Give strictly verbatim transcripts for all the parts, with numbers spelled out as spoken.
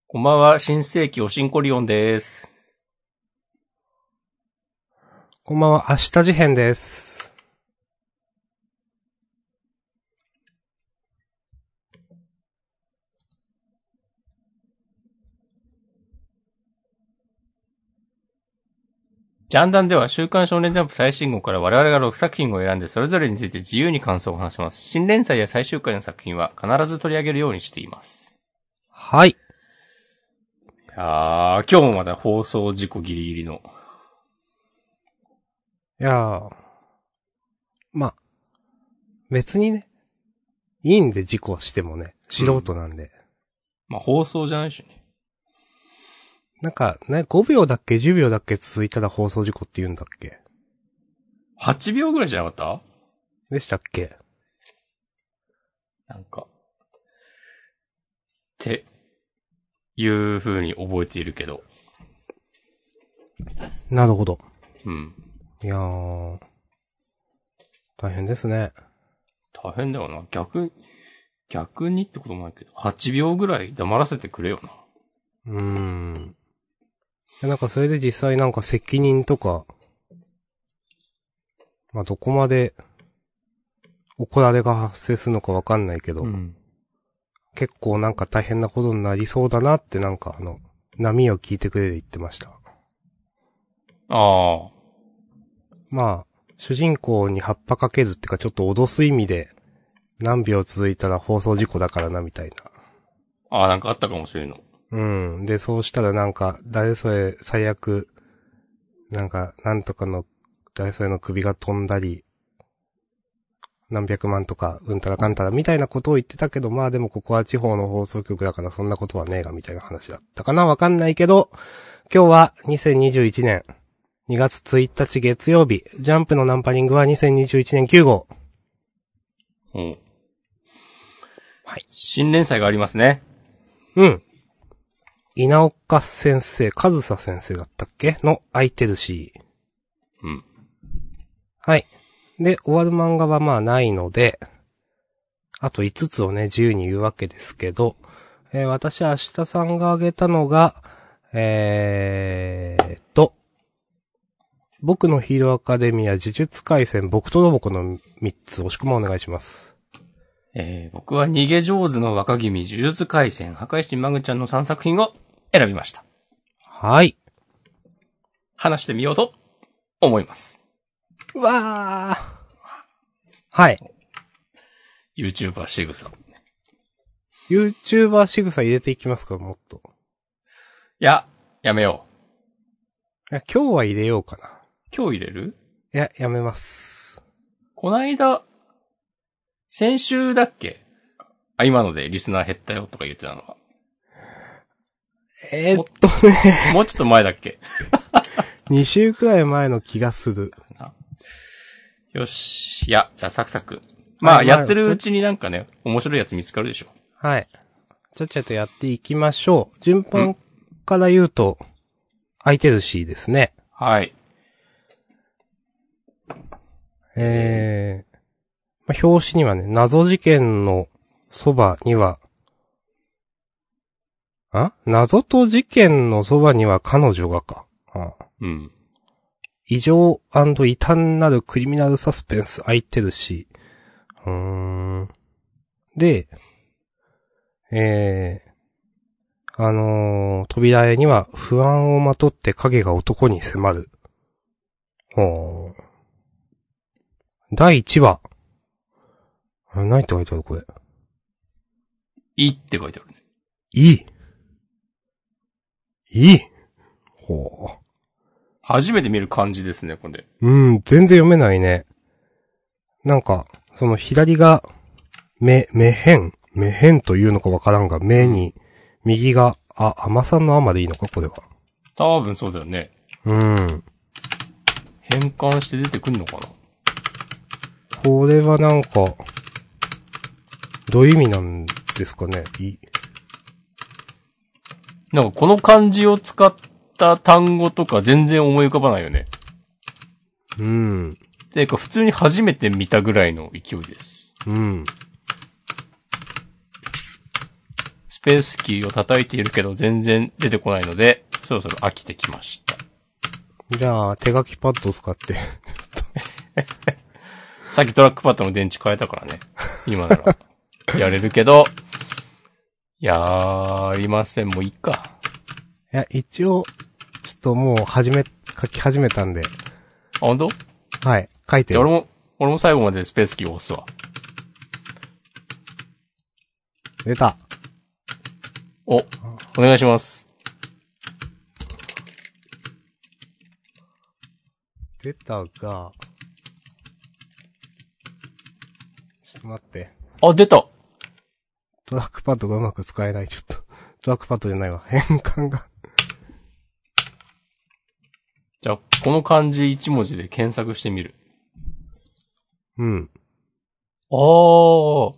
こんばんは、新世紀おしんこリオンです。 こんばんは、明日事変です。 ジャンダンでは週刊少年ジャンプ最新号から我々がろくさく品を選んでそれぞれについて自由に感想を話します。新連載や最終回の作品は必ず取り上げるようにしています。 はい。 いやー、今日もまだ放送事故ギリギリの。 いやー。まあ、別にね、いいんで事故してもね、素人なんで。うん、 まあ放送じゃないしね。 なんか、ね、ごびょうだっけじゅうびょうだっけ続いたら放送事故って言うんだっけ ? はちびょうぐらいじゃなかったでしたっけなんか、っていう風に覚えているけど。 なるほど。 うん。 いやー、大変ですね。 大変だよな。逆、逆にってこともないけど、はちびょうぐらい黙らせてくれよな。 うーん。なんかそれで実際なんか責任とか、まあどこまで怒られが発生するのかわかんないけど、うん、結構なんか大変なことになりそうだなってなんかあの、波を聞いてくれて言ってました。 ああ。 まあ、主人公に葉っぱかけるってかちょっと脅す意味で、何秒続いたら放送事故だからなみたいな。 ああ、なんかあったかもしれんの。 うん。で、そうしたらなんか、誰それ最悪、なんか、なんとかの、誰それの首が飛んだり、何百万とか、うんたらかんたらみたいなことを言ってたけど、まあでもここは地方の放送局だからそんなことはねえがみたいな話だったかなわかんないけど、今日はにせんにじゅういちねんにがつついたち月曜日、ジャンプのナンパリングはにせんにじゅういちねんきゅうごう。 うん。はい。新連載がありますね。 うん。稲岡先生、上総先生だったっけの空いてるし。 うん。 はい。で、終わる漫画はまあないので、あといつつをね、自由に言うわけですけど、えー、私、明日さんが挙げたのが、えーっと、僕のヒーローアカデミア、呪術廻戦、僕とロボコのみっつ、押し込まお願いします。 えー、僕は逃げ上手の若君、呪術廻戦、破壊神マグちゃんのさんさく品を選びました。 はい。 話してみようと思います。 うわー。はい。 YouTuber 仕草。 YouTuber 仕草入れていきますか、もっと。 いや、やめよう。いや、今日は入れようかな。 今日入れる？ いや、やめます。 こないだ、先週だっけ？あ、今のでリスナー減ったよとか言ってたのは。 えー、っとね。 もうちょっと前だっけに週くらい前の気がする。 よし。いや、じゃあサクサク。まあ、やってるうちになんかね、面白いやつ見つかるでしょ。 はい。ちゃっちゃとやっていきましょう。順番から言うと、空いてるしですね。 はい。 えー、まあ、表紙にはね、謎事件のそばには、あ謎と事件のそばには彼女がか。ああうん。 異常&異端なるクリミナルサスペンス空いてるし。うーん。で、えー、あのー、扉絵には不安をまとって影が男に迫る。ほー。だいいちわ。何って書いてあるこれ。 いいって書いてあるね。 いい。いい。ほー。 初めて見る漢字ですね、これ。 うん、全然読めないね。なんか、その左が、め、めへん。めへんというのかわからんが、めに、右が、あ、甘さんのあまでいいのかこれは。 多分そうだよね。 うん。 変換して出てくんのかなこれはなんか、どういう意味なんですかねいい。 なんかこの漢字を使った単語とか全然思い浮かばないよね。 うん。 てか普通に初めて見たぐらいの勢いです。 うん。 スペースキーを叩いているけど全然出てこないので、そろそろ飽きてきました。 じゃあ、手書きパッド使って。 さっきトラックパッドの電池変えたからね。今なら。やれるけど、やりません。もういいか。 いや、一応、ちょっともう始め、書き始めたんで。 あ、ほんと？ はい、書いてる。 じゃあ俺も、俺も最後までスペースキーを押すわ。 出た。 お、お願いします。 出たが、ちょっと待って。 あ、出た。 トラックパッドがうまく使えない。ちょっと、トラックパッドじゃないわ。変換が。 じゃあ、この漢字一文字で検索してみる。 うん。 あー。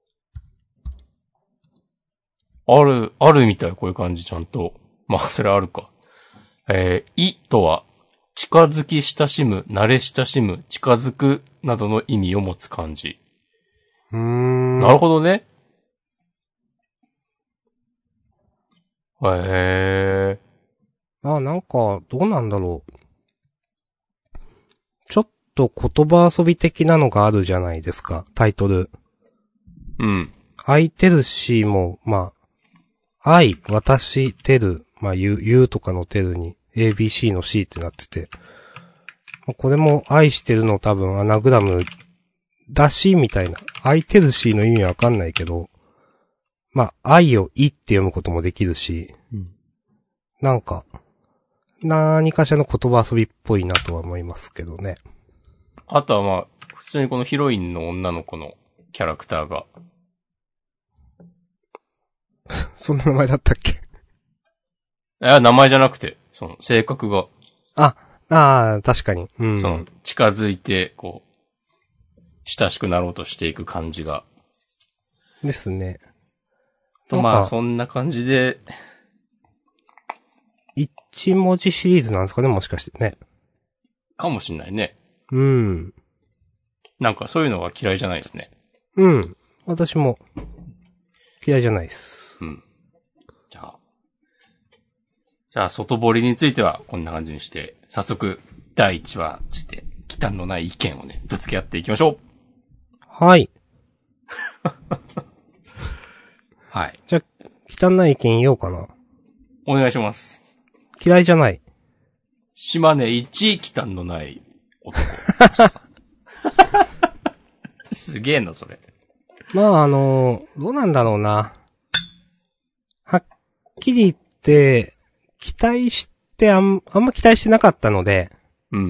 ある、あるみたい、こういう感じちゃんと。まあ、それあるか。えー、いとは、近づき親しむ、慣れ親しむ、近づくなどの意味を持つ漢字。 うーん。 なるほどね。へー。 あ、なんか、どうなんだろう。ちょっと言葉遊び的なのがあるじゃないですか、タイトル。 うん。 愛てるしも、まあ、愛、私、てる、まあ、言う、言うとかのてるに、エービーシー の C ってなってて。まあこれも愛してるの多分アナグラムだし、みたいな。愛てるしの意味わかんないけど、まあ、愛をいって読むこともできるし、 うん、 なんか、何かしらの言葉遊びっぽいなとは思いますけどね。 あとはまあ、普通にこのヒロインの女の子のキャラクターが。 そんな名前だったっけ？ いや、名前じゃなくて、その、性格が。 あ、ああ、確かに。うん。 その、近づいて、こう、親しくなろうとしていく感じが。 ですね。 と、まあ、そんな感じで。 一文字シリーズなんですかね、もしかしてね。 かもしんないね。 うん。 なんかそういうのが嫌いじゃないですね。 うん。私も、嫌いじゃないです。 うん。じゃあ。じゃあ、外堀についてはこんな感じにして、早速、だいいちわについて、忌憚のない意見をね、ぶつけ合っていきましょう。 はい。 はい。 じゃあ、汚い意見言おうかな。 お願いします。 嫌いじゃない。 島根一忌憚のない男。すげえな、それ。 まあ、あの、どうなんだろうな。はっきり言って、期待してあん、あんま期待してなかったので。 うん。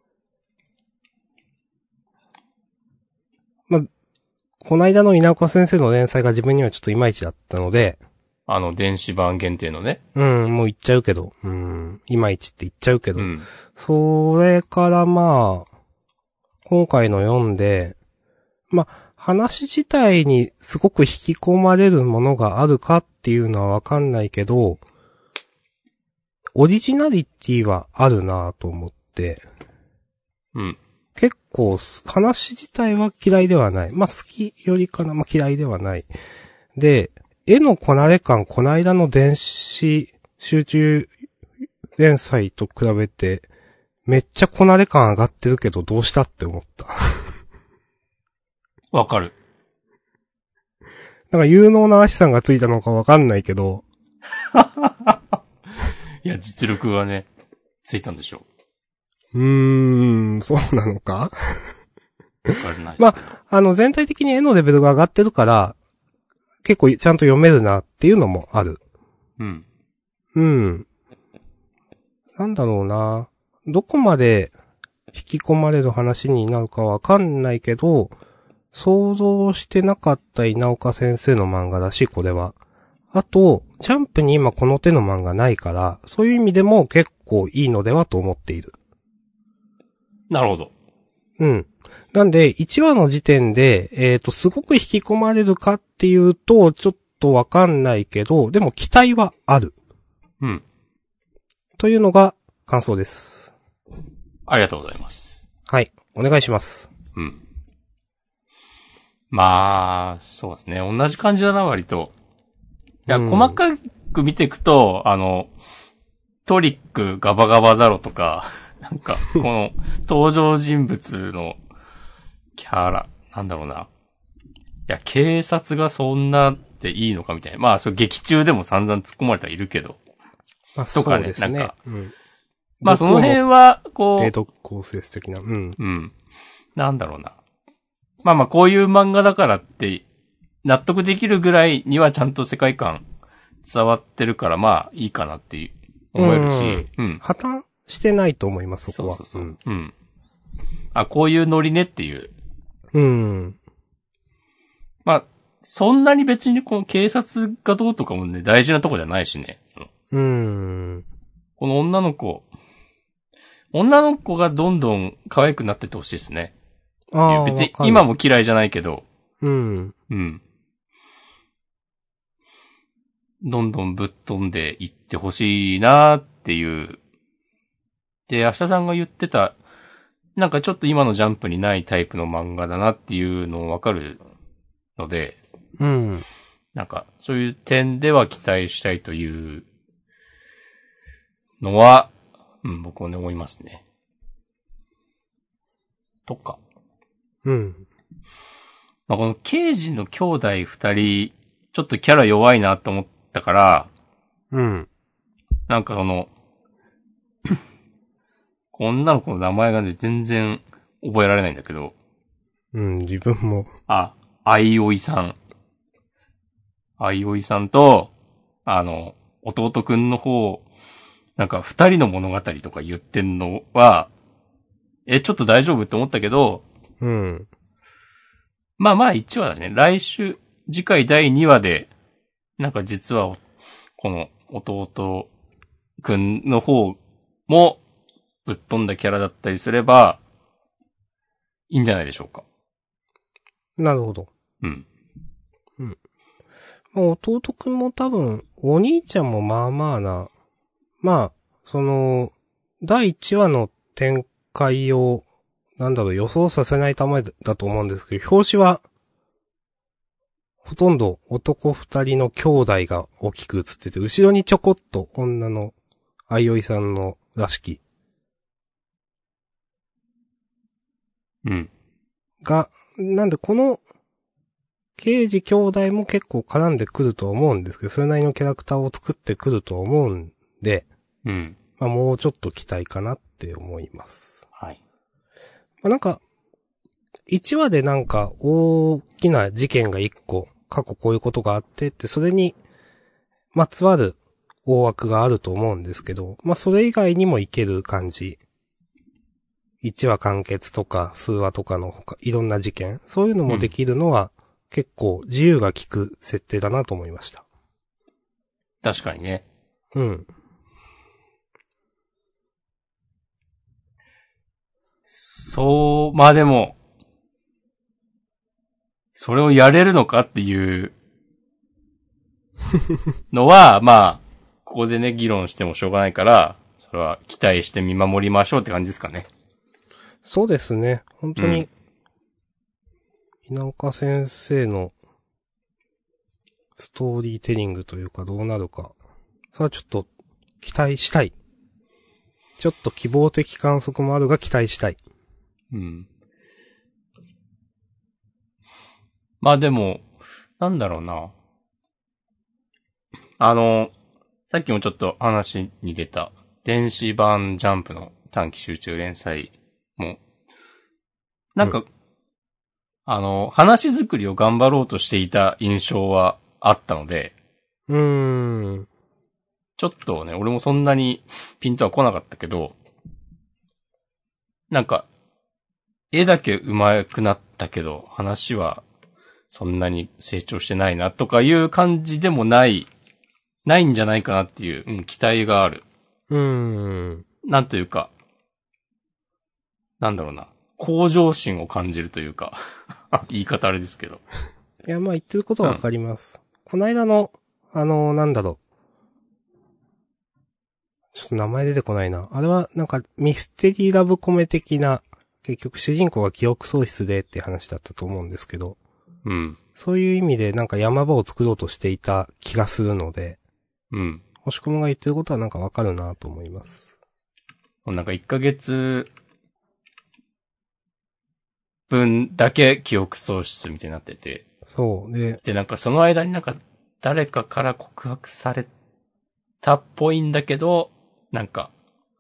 まあ、この間の稲岡先生の連載が自分にはちょっといまいちだったので。 あの、電子版限定のね。 うん、もう言っちゃうけど。うん、いまいちって言っちゃうけど。 うん。 それからまあ、今回の読んで、まあ、話自体にすごく引き込まれるものがあるかっていうのはわかんないけど、オリジナリティはあるなぁと思って。 うん。 結構、話自体は嫌いではない。まあ、好きよりかな。まあ、嫌いではない。で、絵のこなれ感、こないだの電子集中連載と比べて、めっちゃこなれ感上がってるけどどうしたって思った。 わかる。 なんか有能な足さんがついたのかわかんないけど。 いや、実力がね、ついたんでしょう。うーん、そうなのかわからない。 まあ、あの、全体的に絵のレベルが上がってるから、結構ちゃんと読めるなっていうのもある。 うん。 うん。なんだろうな。どこまで引き込まれる話になるかわかんないけど、想像してなかった稲岡先生の漫画だし、これは。あと、ジャンプに今この手の漫画ないから、そういう意味でも結構いいのではと思っている。 なるほど。 うん。なんで、いちわの時点で、えっと、すごく引き込まれるかっていうと、ちょっとわかんないけど、でも期待はある。 うん。 というのが感想です。 ありがとうございます。 はい。お願いします。 うん。まあ、そうですね。同じ感じだな、割と。 や、 うん細かく見ていくと、あの、トリックガバガバだろとか、なんか、この登場人物のキャラ、なんだろうな。いや、警察がそんなっていいのかみたいな。まあ、それ劇中でも散々突っ込まれてはいるけど。 まあ、 とかねそうですね。 なんかうん、 まあ、その辺は、こう、 デート構成的な。うん。 うん。なんだろうな。まあまあ、こういう漫画だからって、納得できるぐらいにはちゃんと世界観伝わってるから、まあ、いいかなって思えるし、うん。うん、 破綻してないと思います、そこは。 そうそうそう。うん。うん。あ、こういうノリねっていう。 うん。 まあ、そんなに別にこの警察がどうとかもね、大事なとこじゃないしね。 うん。 この女の子、女の子がどんどん可愛くなってってほしいですね。 ああ。 別に今も嫌いじゃないけど。 うん。 うん。どんどんぶっ飛んでいってほしいなーっていう。で、明日さんが言ってた、なんかちょっと今のジャンプにないタイプの漫画だなっていうのわかるので、 うん。 なんかそういう点では期待したいというのは、うん、僕もね思いますね。とか。 うん。 まあ、この刑事の兄弟二人、ちょっとキャラ弱いなと思ったから、 うん。 なんかその、女の子の名前がね、全然覚えられないんだけど。 うん、自分も。 あ、あいおいさん。あいおいさんと、あの、弟くんの方、なんか二人の物語とか言ってんのは、え、ちょっと大丈夫って思ったけど、 うん。 まあまあいちわだね。来週、次回だいにわで、なんか実は、この弟くんの方も、ぶっ飛んだキャラだったりすれば、いいんじゃないでしょうか。 なるほど。 うん。 うん。まあ、弟くんも多分、お兄ちゃんもまあまあな、まあ、その、だいいちわの展開を、なんだろう、予想させないためだと思うんですけど、表紙は、ほとんど男二人の兄弟が大きく映ってて、後ろにちょこっと女の、あいおいさんのらしき、 うん。 が、なんでこの、刑事兄弟も結構絡んでくると思うんですけど、それなりのキャラクターを作ってくると思うんで、 うん。 まあもうちょっと期待かなって思います。 はい。 まあなんか、いちわでなんか大きな事件がいっこ、過去こういうことがあってって、それにまつわる大枠があると思うんですけど、まあそれ以外にもいける感じ。いちわ完結とか数話とかの他、いろんな事件、そういうのもできるのは、結構自由が利く設定だなと思いました。 確かにね。 うん。 そう、まあでも、それをやれるのかっていうのは、まあ、ここでね、議論してもしょうがないから、それは期待して見守りましょうって感じですかね。 そうですね。本当に、うん、稲岡先生のストーリーテリングというかどうなるか。それはちょっと期待したい。ちょっと希望的観測もあるが期待したい。 うん。まあでも、なんだろうな。あの、さっきもちょっと話に出た、電子版ジャンプの短期集中連載も、なんか、うん、あの、話作りを頑張ろうとしていた印象はあったので、 うーん。 ちょっとね、俺もそんなにピンとは来なかったけど、なんか、絵だけ上手くなったけど、話はそんなに成長してないなとかいう感じでもない、ないんじゃないかなっていう、うん、期待がある。 うーん。 なんというか、なんだろうな、向上心を感じるというか、言い方あれですけど。 いや、まあ言ってることはわかります。うん、この間の、あの、なんだろう。ちょっと名前出てこないな。あれはなんかミステリーラブコメ的な、結局主人公が記憶喪失でって話だったと思うんですけど。 うん。 そういう意味でなんか山場を作ろうとしていた気がするので、 うん。 星雲が言ってることはなんかわかるなと思います。 なんかいっかげつ分だけ記憶喪失みたいになってて。 そう。で、 で、なんかその間になんか誰かから告白されたっぽいんだけど、なんか、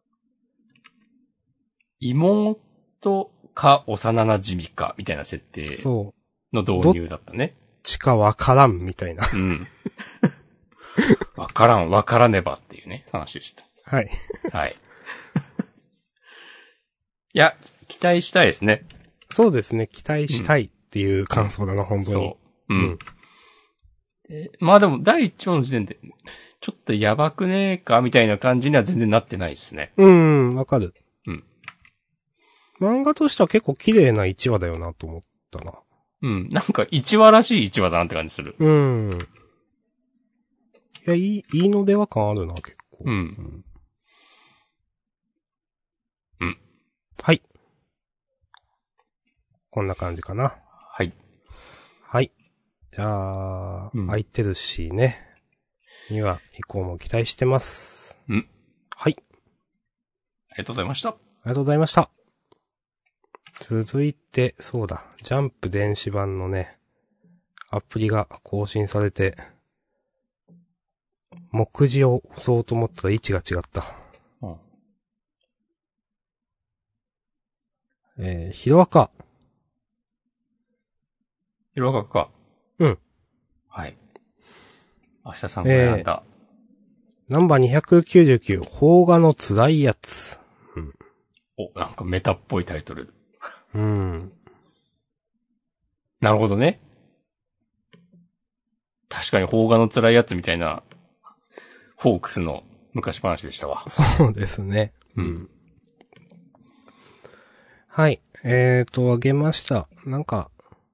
妹か幼馴染かみたいな設定そう。 の導入だったね。 ちかわからんみたいな。 うん。わからん、わからねばっていうね、話でした。 はい。 はい。いや、期待したいですね。 そうですね、期待したいっていう感想だな、うん、本当に。 そう。うん。うん、まあでも、第一話の時点で、ちょっとやばくねえかみたいな感じには全然なってないですね。 うん、わかる。 うん。 漫画としては結構綺麗ないちわだよなと思ったな。 うん。なんかいちわらしいいちわだなって感じする。 うん。いや、いい、いいのでは感あるな、結構。 うん。うん。 はい。こんな感じかな。 はい。 はい。じゃあ、 うん、 空いてるしね。には以降も期待してます。 うん。 はい。 ありがとうございました。ありがとうございました。続いて、そうだ、ジャンプ電子版のね、アプリが更新されて、目次を押そうと思ったら位置が違った。うん、えー、ヒロアカ。 ヒロアカか。 うん。 はい。明日さんが選んだ。 えー、ナンバーにひゃくきゅうじゅうきゅう、邦画の辛いやつ。うん。 お、なんかメタっぽいタイトル。 うん。 なるほどね。確かに邦画の辛いやつみたいな、ホークスの昔話でしたわ。 そうですね。 うん。 はい。えーと、あげました。なんか、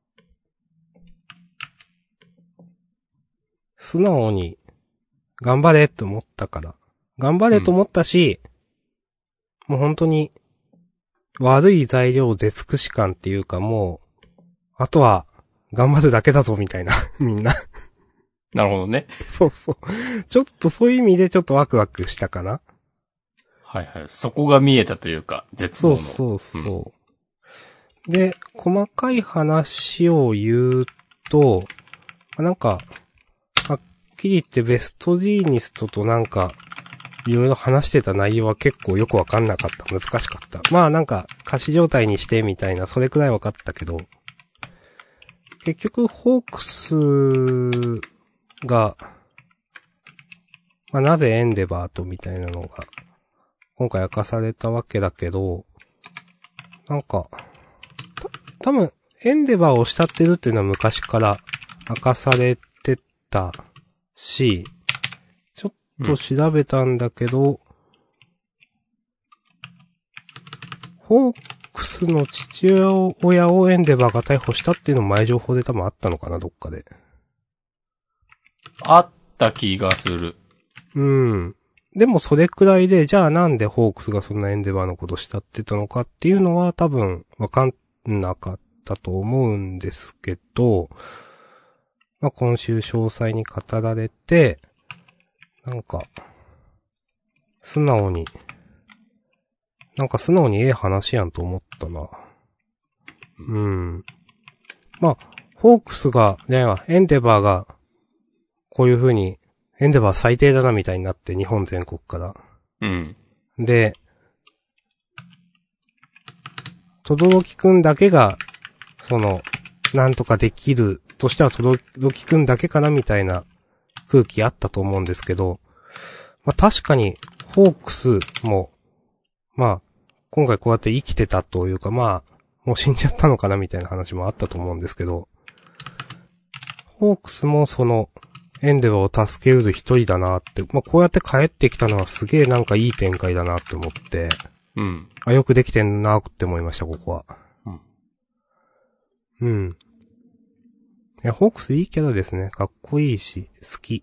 素直に、頑張れって思ったから。頑張れと思ったし、うん、もう本当に、悪い材料絶尽し感っていうかもう、あとは、頑張るだけだぞみたいな、みんな。 なるほどね。 そうそう。ちょっとそういう意味でちょっとワクワクしたかな。 はいはい。そこが見えたというか、絶望の。 そうそうそう。うん、で、細かい話を言うと、なんか、はっきり言ってベストジーニストとなんか、いろいろ話してた内容は結構よくわかんなかった。難しかった。まあなんか、歌詞状態にしてみたいな、それくらいわかったけど、結局、ホークスが、まあなぜエンデバーとみたいなのが、今回明かされたわけだけど、なんか、た、多分、エンデバーを慕ってるっていうのは昔から明かされてたし、ちょっと調べたんだけど、うん、ホークスの父親をエンデバーが逮捕したっていうのも前情報で多分あったのかな、どっかで。 あった気がする。 うん。でもそれくらいで、じゃあなんでホークスがそんなエンデバーのことしたってたのかっていうのは多分わかんなかったと思うんですけど、まあ今週詳細に語られて、なんか、素直に、なんか素直にええ話やんと思ったな。うん。まあ、ホークスが、ね、エンデバーが、こういう風に、エンデバー最低だなみたいになって日本全国から。 うん。 で、とどろきくんだけが、その、なんとかできるとしてはとどろきくんだけかなみたいな空気あったと思うんですけど、まあ確かに、ホークスも、まあ、今回こうやって生きてたというか、まあ、もう死んじゃったのかなみたいな話もあったと思うんですけど、ホークスもその、エンデバーを助けうる一人だなって、まあ、こうやって帰ってきたのはすげえなんかいい展開だなって思って、 うん。 あ、よくできてんなって思いました、ここは。うん。うん。いや、ホークスいいキャラですね。かっこいいし、好き。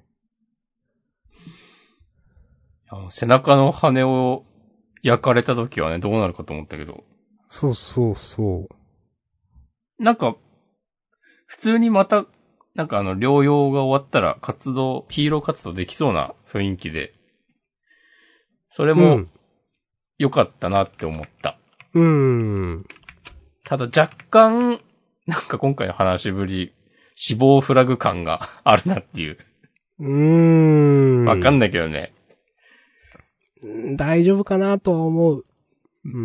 あの背中の羽を焼かれた時はね、どうなるかと思ったけど。 そうそうそう。 なんか、 普通にまた、なんかあの、療養が終わったら活動、ヒーロー活動できそうな雰囲気で、それも良かったなって思った。 うん。うーん。 ただ若干、なんか今回の話ぶり、死亡フラグ感があるなっていう。 うーん。 わかんないけどね。 大丈夫かなとは思う。うん。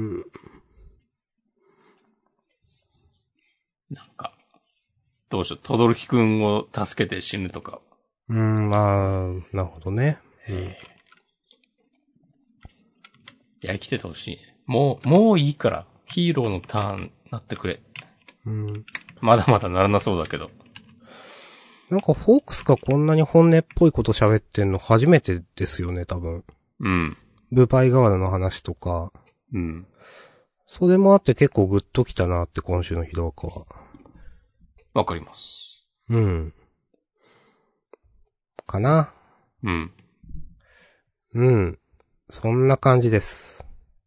なんか、どうしよう、とどるきくんを助けて死ぬとか。 うん、まあ、なるほどね。うん、いや、生きててほしい。もう、もういいから、ヒーローのターンなってくれ。 うん。 まだまだならなそうだけど。 なんかフォークスがこんなに本音っぽいこと喋ってんの初めてですよね、多分。 うん。 ブパイガワラの話とか。 うん。 それもあって結構グッときたなって今週のヒロアカは。 わかります。 うん。かな。 うん。 うん。そんな感じです。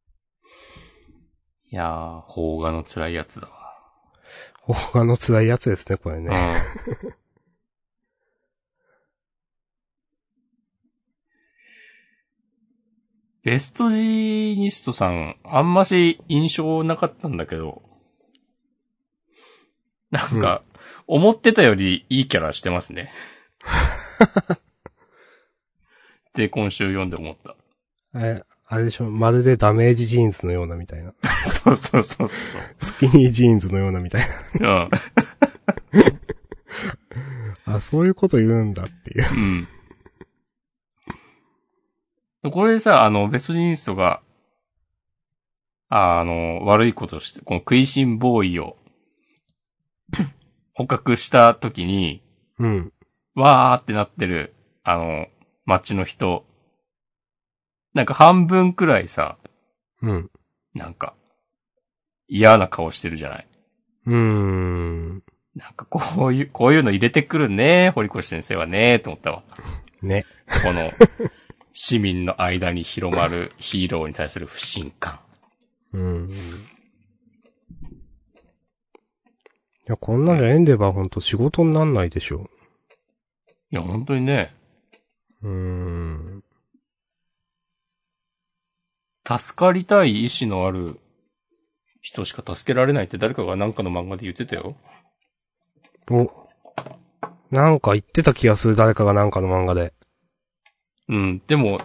いやー、邦画の辛いやつだわ。 他の辛いやつですね、これね。 うん。ベストジーニストさん、あんまし印象なかったんだけど、なんか、思ってたよりいいキャラしてますね。で、今週読んで思った。 え、あれでしょ、まるでダメージジーンズのようなみたいな。 そうそうそうそう。 スキニージーンズのようなみたいな。 うん。あ、そういうこと言うんだっていう。 うん。これでさ、あの、ベストジーニストが、あの、悪いことして、この食いしんボーイを捕獲した時に、 うん。 わーってなってる、あの、街の人、なんか半分くらいさ、 うん。 なんか、嫌な顔してるじゃない。 うーん。 なんかこういう、こういうの入れてくるね、堀越先生はね、と思ったわ。 ね。 この、市民の間に広まるヒーローに対する不信感。 うん。いや、こんなのエンデバーほんと仕事になんないでしょ。 いや、本当にね、 うーん。 助かりたい意志のある人しか助けられないって誰かがなんかの漫画で言ってたよ。 お。なんか言ってた気がする、誰かがなんかの漫画で。 うん、でも、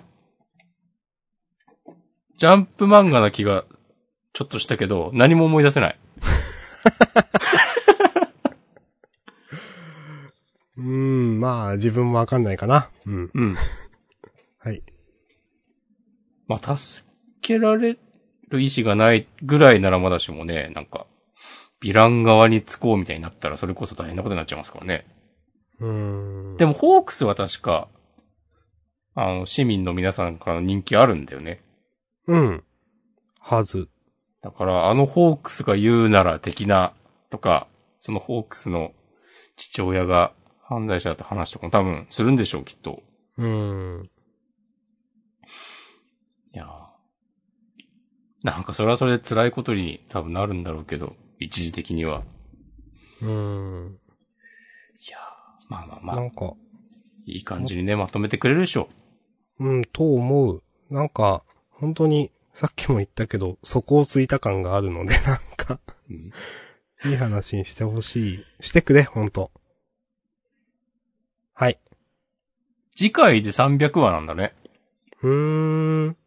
ジャンプ漫画な気がちょっとしたけど、何も思い出せない。 うーん、まあ、自分もわかんないかな。うん。 うん。 はい。 まあ、助けられる意志がないぐらいならまだしもね、なんか、ヴィラン側につこうみたいになったらそれこそ大変なことになっちゃいますからね。 うーん。 でも、ホークスは確か、あの、市民の皆さんからの人気あるんだよね。 うん。はず。 だから、あのホークスが言うなら的な、とか、そのホークスの父親が犯罪者だって話とかも多分するんでしょう、きっと。 うーん。 いやーなんかそれはそれで辛いことに多分なるんだろうけど、一時的には。 うーん。 いやーまあまあまあ。 なんか、 いい感じにね、まとめてくれるでしょうん、と思う。なんか、本当に、さっきも言ったけど、底をついた感があるので、なんかう。うん、 いい話にしてほしい。してくれ、ほんと。はい。 次回でさんびゃくわなんだね。 うーん。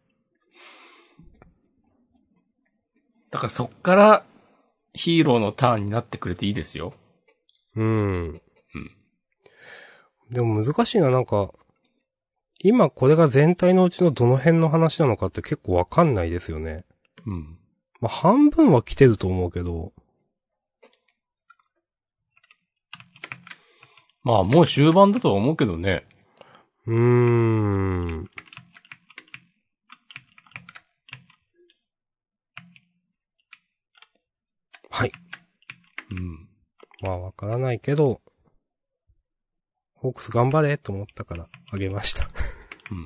だからそっからヒーローのターンになってくれていいですよ。 うーん。 うん。 でも難しいな、なんか、今これが全体のうちのどの辺の話なのかって結構わかんないですよね。 うん。 まあ、半分は来てると思うけど。 まあもう終盤だとは思うけどね。 うーん。はい。 うん。 まあわからないけど、ホークス頑張れと思ったからあげました。 うん。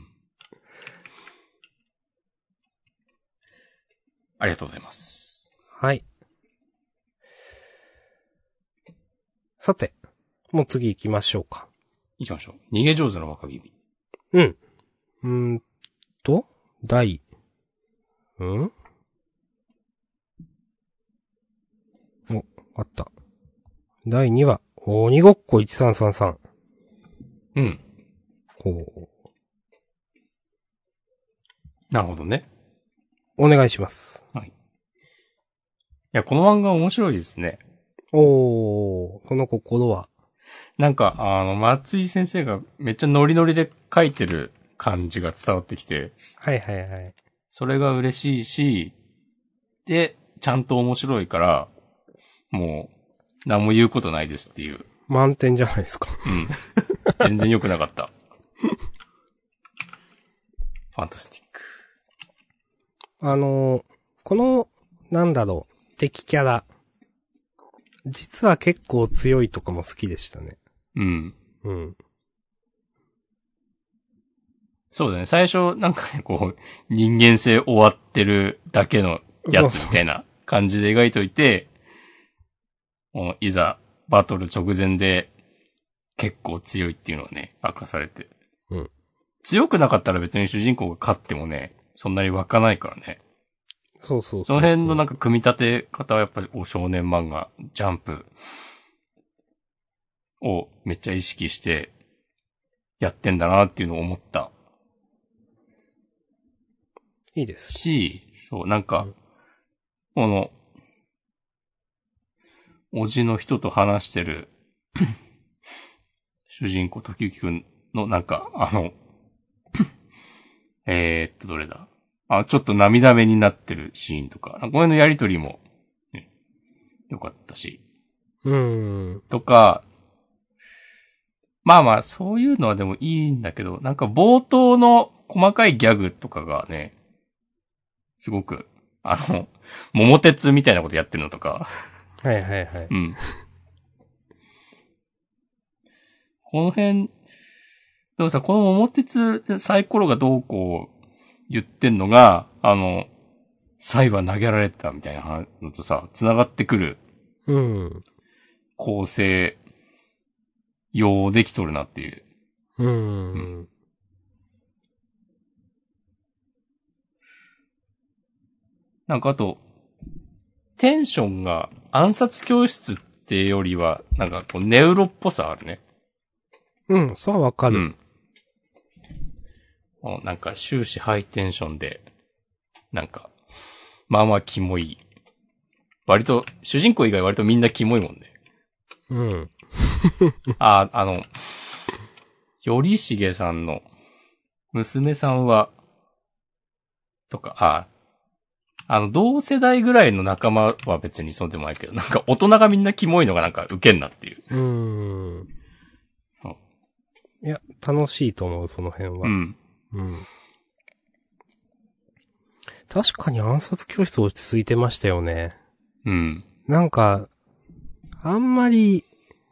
ありがとうございます。 はい。 さて、もう次行きましょうか。 行きましょう。逃げ上手の若君。 うん。うーんと、第、んお、あった。だいにわ、鬼ごっこいちさんさんさん。 うん。 ほう。 なるほどね。 お願いします。 はい。いや、この漫画面白いですね。 おー、その心は。 なんか、あの、松井先生がめっちゃノリノリで書いてる感じが伝わってきて。 はいはいはい。 それが嬉しいし、で、ちゃんと面白いから、もう、何も言うことないですっていう。 満点じゃないですか。 うん。全然良くなかった。ファンタスティック。 あのー、この、なんだろう、敵キャラ。実は結構強いとかも好きでしたね。 うん。 うん。 そうだね。最初、なんかね、こう、人間性終わってるだけのやつみたいな感じで描いといて、もういざ、バトル直前で、結構強いっていうのをね、明かされて。 うん。 強くなかったら別に主人公が勝ってもね、そんなに湧かないからね。 そうそうそうそう。 その辺のなんか組み立て方はやっぱり少年漫画、ジャンプをめっちゃ意識してやってんだなっていうのを思った。 いいです。 し、そう、なんか、うん、この、おじの人と話してる主人公、時行くんのなんか、あの、えーっと、どれだあ、ちょっと涙目になってるシーンとか、この辺のやりとりも、ね、よかったし。 うーん。 とか、まあまあ、そういうのはでもいいんだけど、なんか冒頭の細かいギャグとかがね、すごく、あの、桃鉄みたいなことやってるのとか。 はいはいはい。 うん。この辺、でもさ、この桃鉄でサイコロがどうこう言ってんのが、あの、サイは投げられたみたいなのとさ、繋がってくる。 うん。 構成、ようできとるなっていう。 うーん。 うん、なんかあと、テンションが暗殺教室ってよりは、なんかこうネウロっぽさあるね。 うん、そうはわかる。 うん。なんか終始ハイテンションで、なんか、まあまあキモい。割と、主人公以外割とみんなキモいもんね。 うん。 あ、あの、頼重さんの娘さんは、とか、あ、あの、同世代ぐらいの仲間は別にそうでもないけど、なんか大人がみんなキモいのがなんかウケんなっていう。 うーん。いや、楽しいと思う、その辺は。 うん。 うん。確かに暗殺教室落ち着いてましたよね。 うん。 なんか、あんまり、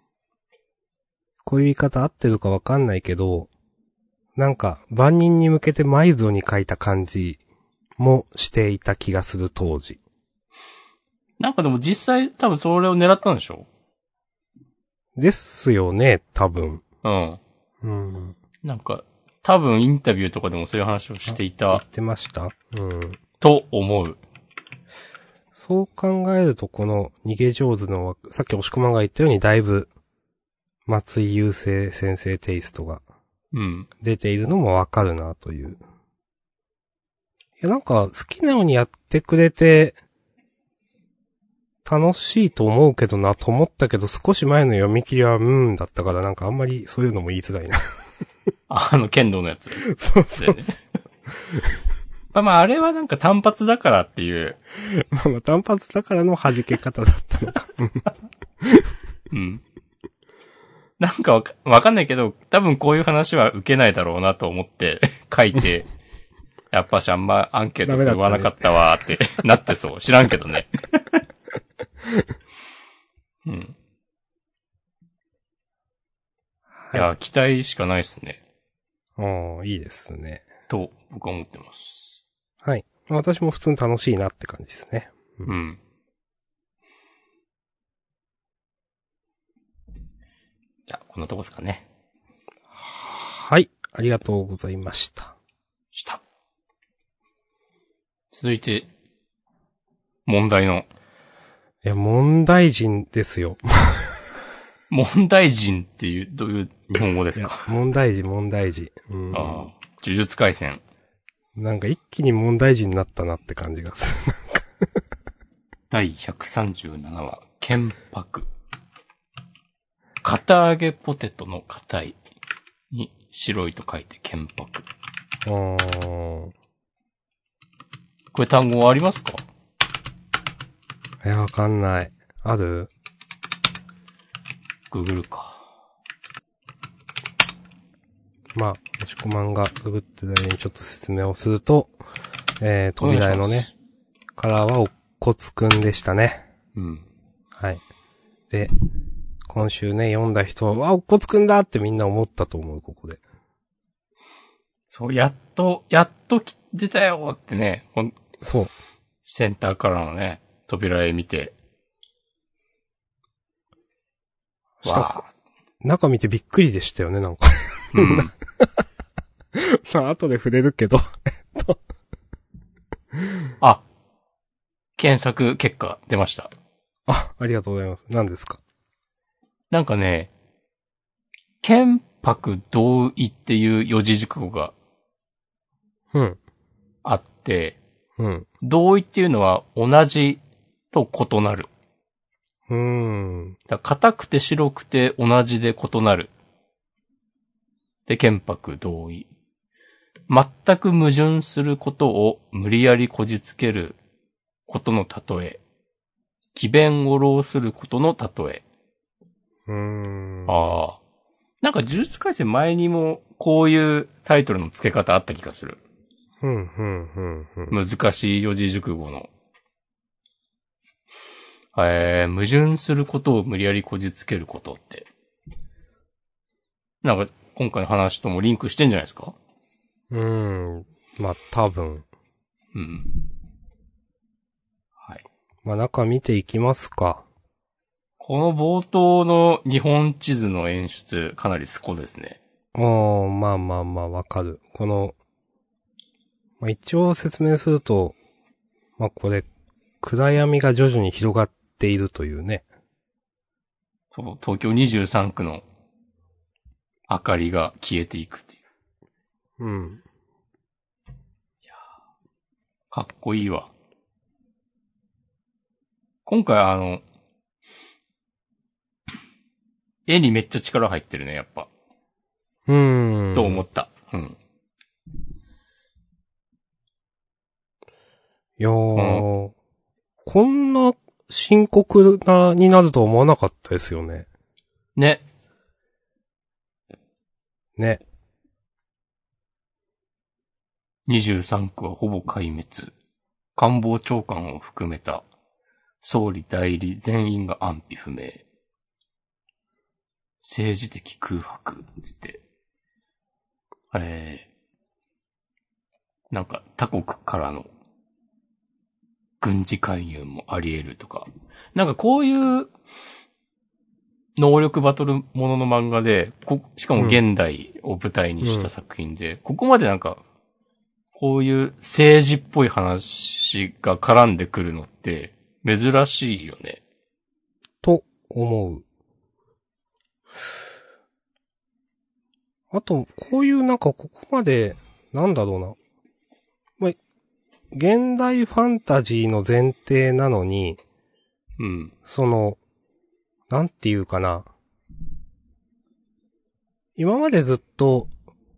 こういう言い方合ってるかわかんないけど、なんか、万人に向けて埋蔵に書いた感じもしていた気がする当時。 なんかでも実際多分それを狙ったんでしょ？ ですよね、多分。 うん。 うん。 なんか、多分インタビューとかでもそういう話をしていた。 言ってました。うん。 と思う。 そう考えるとこの逃げ上手の、さっき押し込まんが言ったようにだいぶ、松井優生先生テイストが、 うん。 出ているのもわかるなという。いや、なんか好きなようにやってくれて、楽しいと思うけどなと思ったけど少し前の読み切りはうーんだったからなんかあんまりそういうのも言いづらいな。 あの剣道のやつ。 そうそうそう。 まあまああれはなんか単発だからっていう。 まあまあ単発だからの弾け方だったのか。 うん。なんかわかわかんないけど、多分こういう話は受けないだろうなと思って書いて、やっぱしあんまアンケート振るわなかったわーってなってそう。知らんけどね。うん。いや、期待しかないですね。 ああ、いいですね。 と、僕は思ってます。 はい。私も普通に楽しいなって感じですね。 うん。うん、 じゃあ、こんなとこですかね。 はい。ありがとうございました。 した。続いて、問題の。 いや、問題人ですよ。 問題人っていう、どういう日本語ですか？ 問題児、問題児。うん。 ああ、呪術廻戦。 なんか一気に問題児になったなって感じがする。 だいひゃくさんじゅうななわ、剣白。片揚げポテトの硬いに白いと書いて剣白。 あー。 これ単語ありますか？ え、わかんない。ある？ ググるか。 まあ、もしこまんがググってたようにちょっと説明をすると、えー、扉絵のね、カラーはおっこつくんでしたね。 うん。 はい。で、今週ね、読んだ人は、わ、おっこつくんだってみんな思ったと思う、ここで。 そう、やっと、やっと出たよってね、ほんそう。 センターからのね、扉絵見て。わあ。 中見てびっくりでしたよね、なんか。うん。さあ、後で触れるけど、えっと。 あ、検索結果出ました。 あ、ありがとうございます。何ですか？ なんかね、剣白同意っていう四字熟語が、 うん。 あって、 うん。 同意っていうのは同じと異なる。 うーん。 だ硬くて白くて同じで異なる。で、剣白同意。全く矛盾することを無理やりこじつけることの例え。詭弁を浪することの例え。 うーん。 ああ。なんか呪術廻戦前にもこういうタイトルの付け方あった気がする。 ふんふんふんふん。 難しい四字熟語の。えー、矛盾することを無理やりこじつけることって。なんか今回の話ともリンクしてんじゃないですか？ うーん。まあ、多分。 うん。はい。 まあ、中見ていきますか。 この冒頭の日本地図の演出、かなりスコですね。 ああ、まあまあまあ、わかる。この、まあ一応説明すると、まあこれ、暗闇が徐々に広がっているというね。 そう、東京にじゅうさんくの明かりが消えていくっていう。 うん。 いやー、かっこいいわ。今回あの、絵にめっちゃ力入ってるね、やっぱ。 うーん。 と思った。うん。 いやー、こんな深刻な、になるとは思わなかったですよね。 ね。 ね。 にじゅうさんくはほぼ壊滅。官房長官を含めた総理代理全員が安否不明。政治的空白つって。えー、なんか他国からの軍事介入もあり得るとか。なんかこういう能力バトルものの漫画で、こしかも現代を舞台にした作品で、うん、ここまでなんか、こういう政治っぽい話が絡んでくるのって珍しいよね。 と思う。あと、こういうなんかここまで、なんだろうな。まあ、現代ファンタジーの前提なのに、 うん。 その、なんていうかな。今までずっと、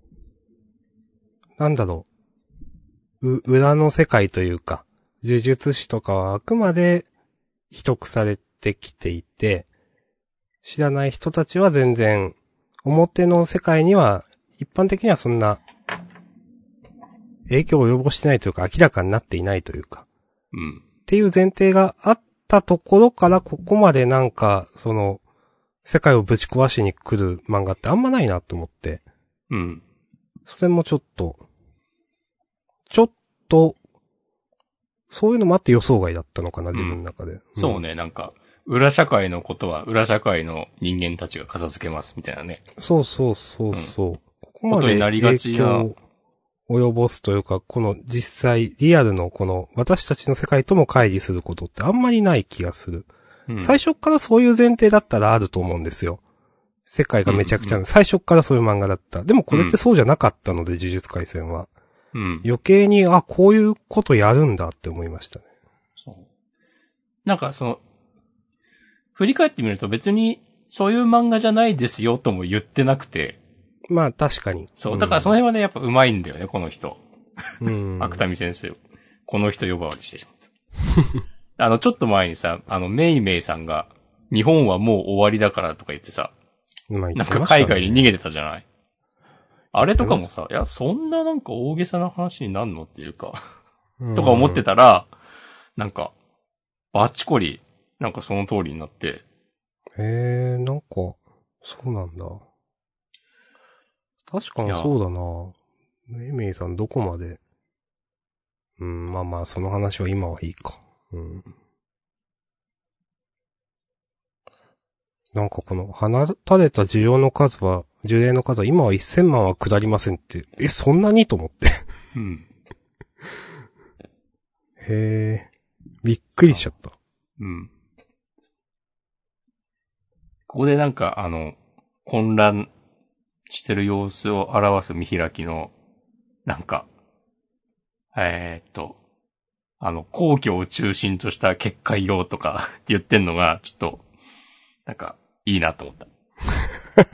なんだろう、う、裏の世界というか、呪術師とかはあくまで秘匿されてきていて、知らない人たちは全然、表の世界には、一般的にはそんな、影響を及ぼしてないというか、明らかになっていないというか、 うん。 っていう前提があったところから、ここまでなんか、その、世界をぶち壊しに来る漫画ってあんまないなと思って。 うん。 それもちょっと、ちょっと、そういうのもあって予想外だったのかな、自分の中で。うん、 そうね、なんか、 裏社会のことは裏社会の人間たちが片付けますみたいなね。 そうそうそうそう。うん、ここまことになりがでちな影響を及ぼすというか、この実際、リアルのこの私たちの世界とも乖離することってあんまりない気がする。うん、最初からそういう前提だったらあると思うんですよ。世界がめちゃくちゃ、うんうん、最初からそういう漫画だった。でもこれってそうじゃなかったので、うん、呪術廻戦は。うん、余計に、あ、こういうことやるんだって思いましたね。 そう。なんかその、振り返ってみると別にそういう漫画じゃないですよとも言ってなくて。 まあ確かに。 そう。だからその辺はね、やっぱ上手いんだよね、この人。うん。芥見先生。この人呼ばわりしてしまった。あの、ちょっと前にさ、あの、メイメイさんが、日本はもう終わりだからとか言ってさ、まあ言ってましたね、なんか海外に逃げてたじゃない。あれとかもさ、いや、そんななんか大げさな話になんのっていうか、とか思ってたら、なんか、バチコリ、なんかその通りになって。 へえ、なんか、そうなんだ。確かにそうだな。メイメイさんどこまで。うん、まあまあ、その話は今はいいか。うん。なんかこの、放たれた需要の数は、呪霊の数は今はせんまんは下りませんって、え、そんなにと思って。うん。へえ、びっくりしちゃった。 うん。ここでなんか、あの、混乱してる様子を表す見開きの、なんか、えー、っと、あの、皇居を中心とした結界用とか言ってんのが、ちょっと、なんか、いいなと思った。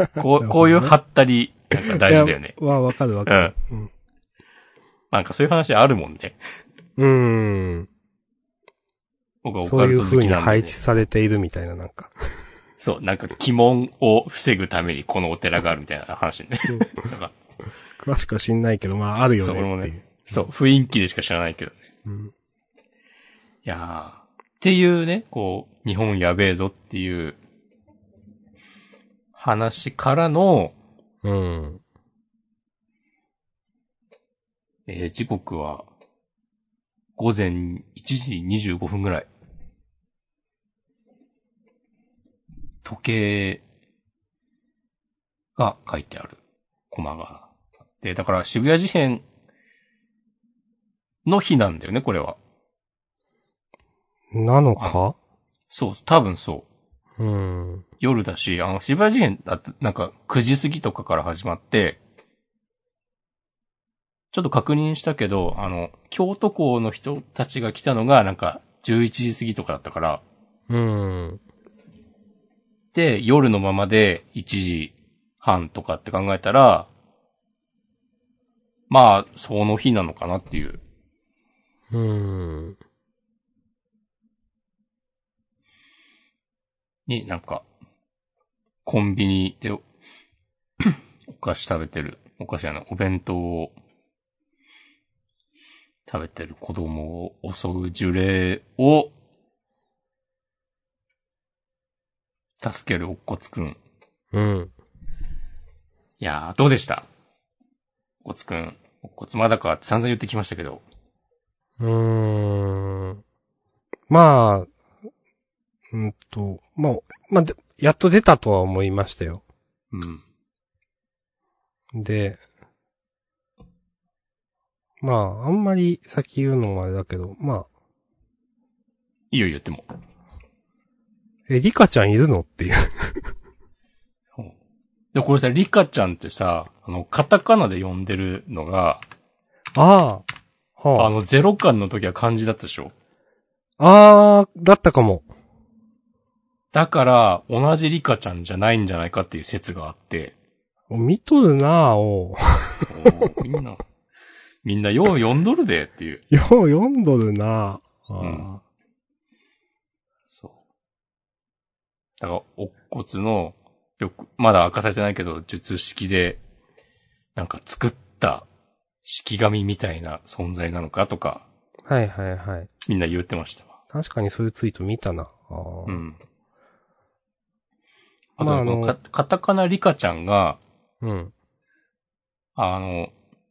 こう、こういうハったり、なんか大事だよね。 わ、わかるわかる。うん。うん、 なんかそういう話あるもんね。 うーん。僕はオカルト好きなんで、ね。そういう風に配置されているみたいな、なんか。 そう、なんか鬼門を防ぐためにこのお寺があるみたいな話ね。うん、なんか詳しくは知んないけど、まああるよねっていう。そう、ね、 そう、雰囲気でしか知らないけどね。うん、いやー。っていうね、こう、日本やべえぞっていう話からの、うん。えー、時刻は午前いちじにじゅうごふんぐらい。時計が書いてあるコマがあって、だから渋谷事変の日なんだよね、これは。 なのか？ そう、多分そう。 うん。 夜だし、あの、渋谷事変だって、なんかくじ過ぎとかから始まって、ちょっと確認したけど、あの、京都校の人たちが来たのがなんかじゅういちじ過ぎとかだったから、 うん。 で、夜のままでいちじはんとかって考えたら、まあ、その日なのかなっていう。 うーん。 に、なんか、コンビニでお菓子食べてる、お菓子やな、お弁当を食べてる子供を襲う呪霊を助けるおっこつくん。 うん。 いやー、どうでした？おっこつくん。おっこつまだかって散々言ってきましたけど。 うーん。まあ、うんと、まあ、まあ、やっと出たとは思いましたよ。うん。で、まあ、あんまり先言うのもあれだけど、まあ。 いいよ言っても。 え、リカちゃんいるのっていう。 で、これさ、リカちゃんってさ、あの、カタカナで呼んでるのが、 ああ、はあ、あの、ゼロ巻の時は漢字だったでしょ？ ああ、だったかも。 だから、同じリカちゃんじゃないんじゃないかっていう説があって。 見とるなぁ、おう。 おみんな、みんなよう読んどるでっていう。 よう読んどるなぁ。 うん。そう。だから、おっこつの、よく、まだ明かされてないけど、術式で、なんか作った式紙みたいな存在なのかとか。 はいはいはい。 みんな言ってましたわ。 確かにそういうツイート見たな。あうん。あと、まあ、あのカ、カタカナリカちゃんが、 うん。 あの、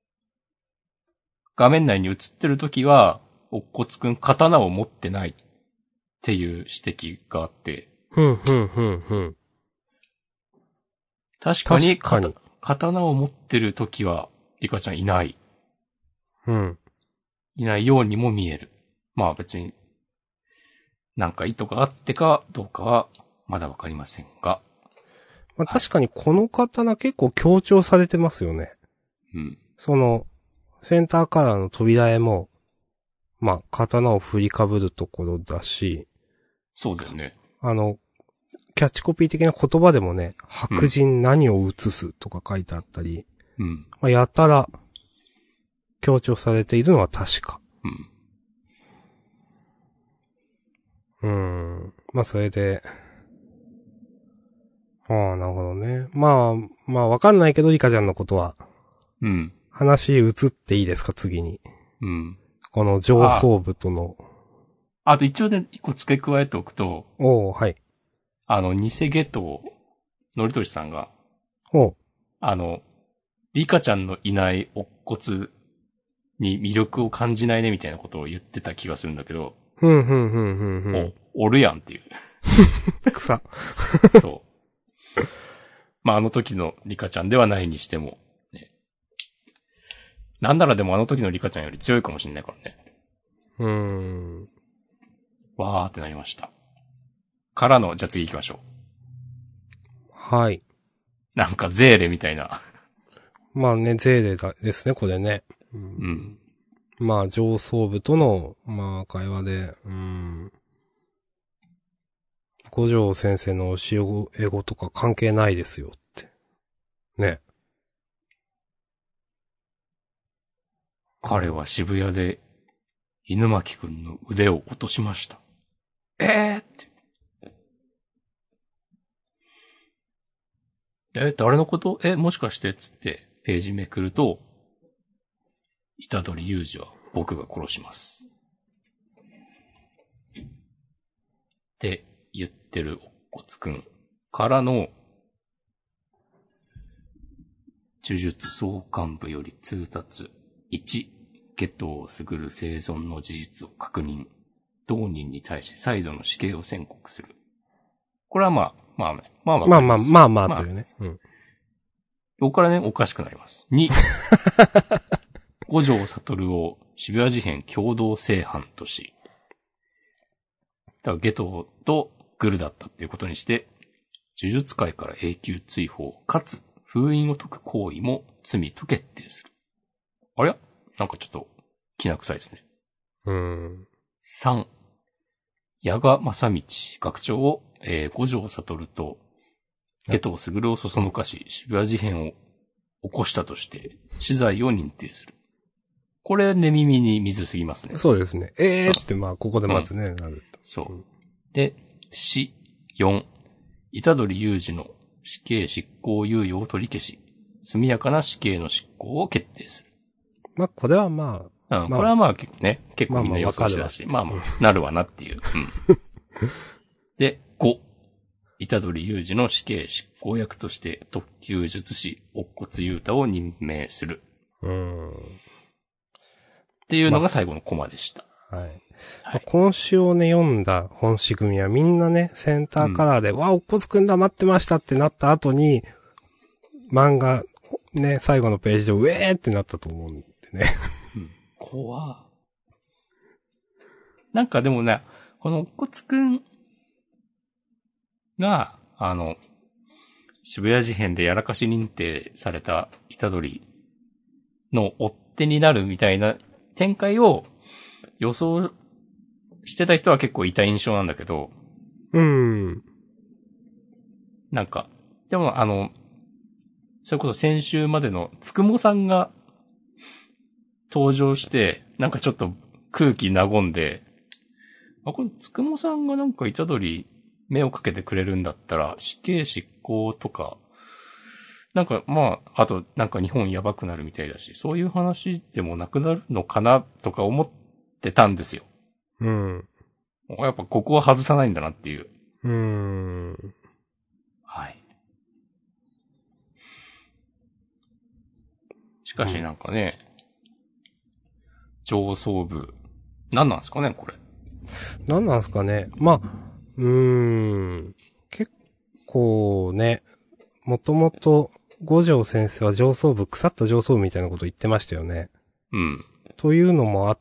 画面内に映ってるときは、おっこつくん刀を持ってないっていう指摘があって。 ふんふんふんふん。 確かに、 確かに刀を持ってる時は、リカちゃんいない。 うん。 いないようにも見える。まあ別に、なんか意図があってかどうかは、まだわかりませんが。 まあ、確かにこの刀結構強調されてますよね。 うん。 その、センターカラーの扉絵も、まあ、刀を振りかぶるところだし、 そうだよね。 あの、キャッチコピー的な言葉でもね、白人何を映すとか書いてあったり、 うん。 まあ、やたら強調されているのは確か。 うん。 うーん。まあ、それで、ああ、なるほどね。まあ、まあ、わかんないけど、リカちゃんのことは。 うん。 話移っていいですか、次に。 うん。 この上層部との。 あ、あと一応ね、一個付け加えておくと、 おー、はい。 あの、偽ゲトのりとしさんが、 おう。 あの、リカちゃんのいない乙骨に魅力を感じないねみたいなことを言ってた気がするんだけど、 ふんふんふんふんふん。 お、おるやんっていう。 草。 そう。まあ、あの時のリカちゃんではないにしても、ね。なんならでもあの時のリカちゃんより強いかもしれないからね。 うーん。 わーってなりました。からの、じゃあ次行きましょう。 はい。 なんかゼーレみたいな。 まあね、ゼーレだですね、これね。うん。 うん。 まあ、上層部との、まあ、会話で、うん。五条先生の教え子とか関係ないですよって。ね。 彼は渋谷で、犬巻くんの腕を落としました。えーって。え、誰のこと？え、もしかしてつってページめくると、虎杖裕二は僕が殺します。って言ってるおっこつくんからの、呪術総監部より通達。いち、ゲトウスグル生存の事実を確認。同人に対して再度の死刑を宣告する。これはまあ、まあね、まあまあまあまあ、まあまあというね。うん。 ここからね、おかしくなります。に、五条悟を渋谷事変共同正犯とし、だからゲトウとグルだったっていうことにして、呪術界から永久追放、かつ封印を解く行為も罪と決定する。あれ？なんかちょっと、気な臭いですね。 うん。 さん、矢賀正道学長を、えー、五条悟と、ゲトウスグルをそそのかし、渋谷事変を起こしたとして、死罪を認定する。これ、寝耳に水すぎますね。 そうですね。ええーってまあ、ここでまずね、うん、なると。 そう。で、死、よん、虎杖裕二の死刑執行猶予を取り消し、速やかな死刑の執行を決定する。 まあ、これはまあ、うん、まあ、これはまあね、結構みんな予想してたし、まあまあ、まあ、なるわなっていう。うん、で、ご、虎杖裕二の死刑執行役として特級術師、乙骨雄太を任命する。 うーん。 っていうのが最後のコマでした。 まあ、はい。はい、今週をね、読んだ本誌組はみんなね、センターカラーで、うん、わ、乙骨くん黙ってましたってなった後に、漫画、ね、最後のページで、ウェーってなったと思うんでね。 うん、怖なんかでもね、この乙骨くんが、あの、渋谷事変でやらかし認定された虎杖の追っ手になるみたいな展開を予想してた人は結構いた印象なんだけど。 うん。 なんか、でもあの、それこそ先週までのつくもさんが登場して、なんかちょっと空気和んで、あ、これつくもさんがなんか虎杖目をかけてくれるんだったら、死刑執行とか、なんかまあ、あとなんか日本やばくなるみたいだし、そういう話でもなくなるのかなとか思ってたんですよ。 うん。 やっぱここは外さないんだなっていう。 うーん。 はい。しかしなんかね、うん、上層部、何なんですかね、これ。 何なんですかね。まあ、うーん。 こうね、もともと五条先生は上層部、腐った上層部みたいなこと言ってましたよね。 うん。 というのもあって、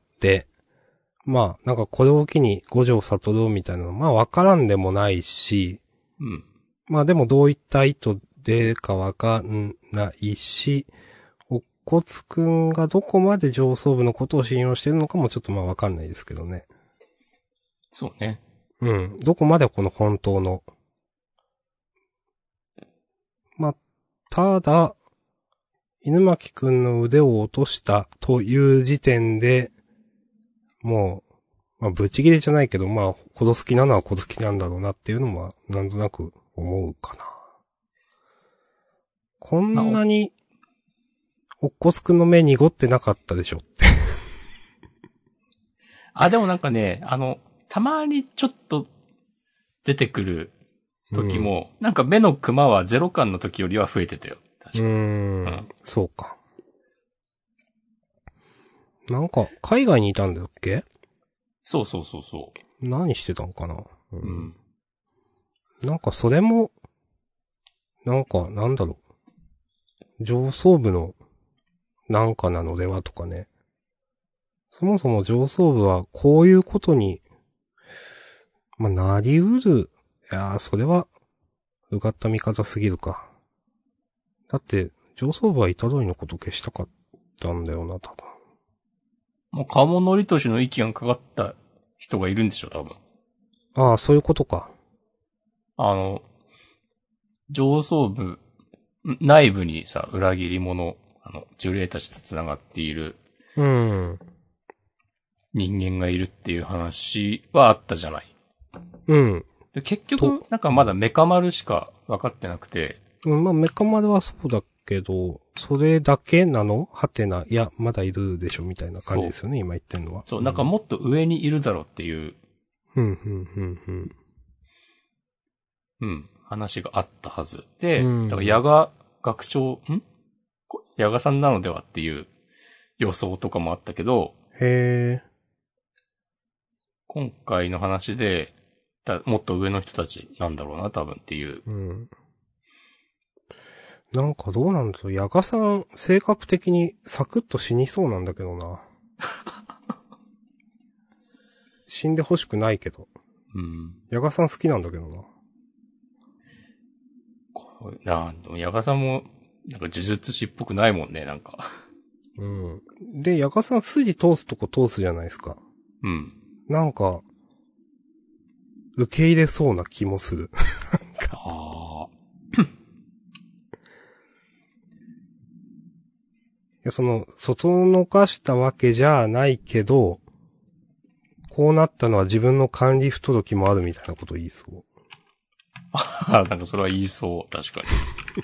まあ、なんかこれを機に五条悟みたいなの、まあわからんでもないし、 うん。 まあでもどういった意図でかわかんないし、乙骨くんがどこまで上層部のことを信用してるのかもちょっとまあわかんないですけどね。 そうね。 うん。どこまでこの本当の。まあ、ただ、犬巻くんの腕を落としたという時点で、もう、まあ、ぶち切れじゃないけど、まあ、殺す気なのは殺す気なんだろうなっていうのは、なんとなく思うかな。こんなに、乙骨くんの目濁ってなかったでしょって。 あ、でもなんかね、あの、たまにちょっと出てくる時も、うん、なんか目のクマはゼロ感の時よりは増えてたよ。確かに。 うーん、うん。そうか。なんか、海外にいたんだっけ？ そうそうそうそう。 何してたんかな、うん、 うん。 なんかそれも、なんか、なんだろう。上層部の、なんかなのではとかね。そもそも上層部はこういうことに、まあ、なりうる。いやー、それは、うがった見方すぎるか。だって、上層部は虎杖のこと消したかったんだよな、多分。 もう、鴨則俊の息がかかった人がいるんでしょ、多分。 ああ、そういうことか。 あの、上層部、内部にさ、裏切り者、あの、呪霊たちと繋がっている。 うん。 人間がいるっていう話はあったじゃない。 うん。 で結局、なんかまだメカ丸しか分かってなくて。 うん、まあメカ丸はそうだけど、それだけなのはてな、いや、まだいるでしょみたいな感じですよね、今言ってんのは。 そう、うん、なんかもっと上にいるだろうっていう。 うん、うん、うん、うん。 うん、話があったはず。で、 うん、 だから矢賀学長、ん矢賀さんなのではっていう予想とかもあったけど、 へー。 今回の話で、だもっと上の人たちなんだろうな、多分っていう。 うん。なんかどうなんだろう。ヤガさん、性格的にサクッと死にそうなんだけどな。死んでほしくないけど。 うん。 ヤガさん好きなんだけどな。 なあ、でもヤガさんも、なんか呪術師っぽくないもんね、なんか。 うん。で、ヤガさん筋通すとこ通すじゃないですか。 うん。 なんか、受け入れそうな気もする。 ああ。 いや、その、外のかしたわけじゃないけど、こうなったのは自分の管理不届きもあるみたいなこと言いそう。 ああ、なんかそれは言いそう、確かに。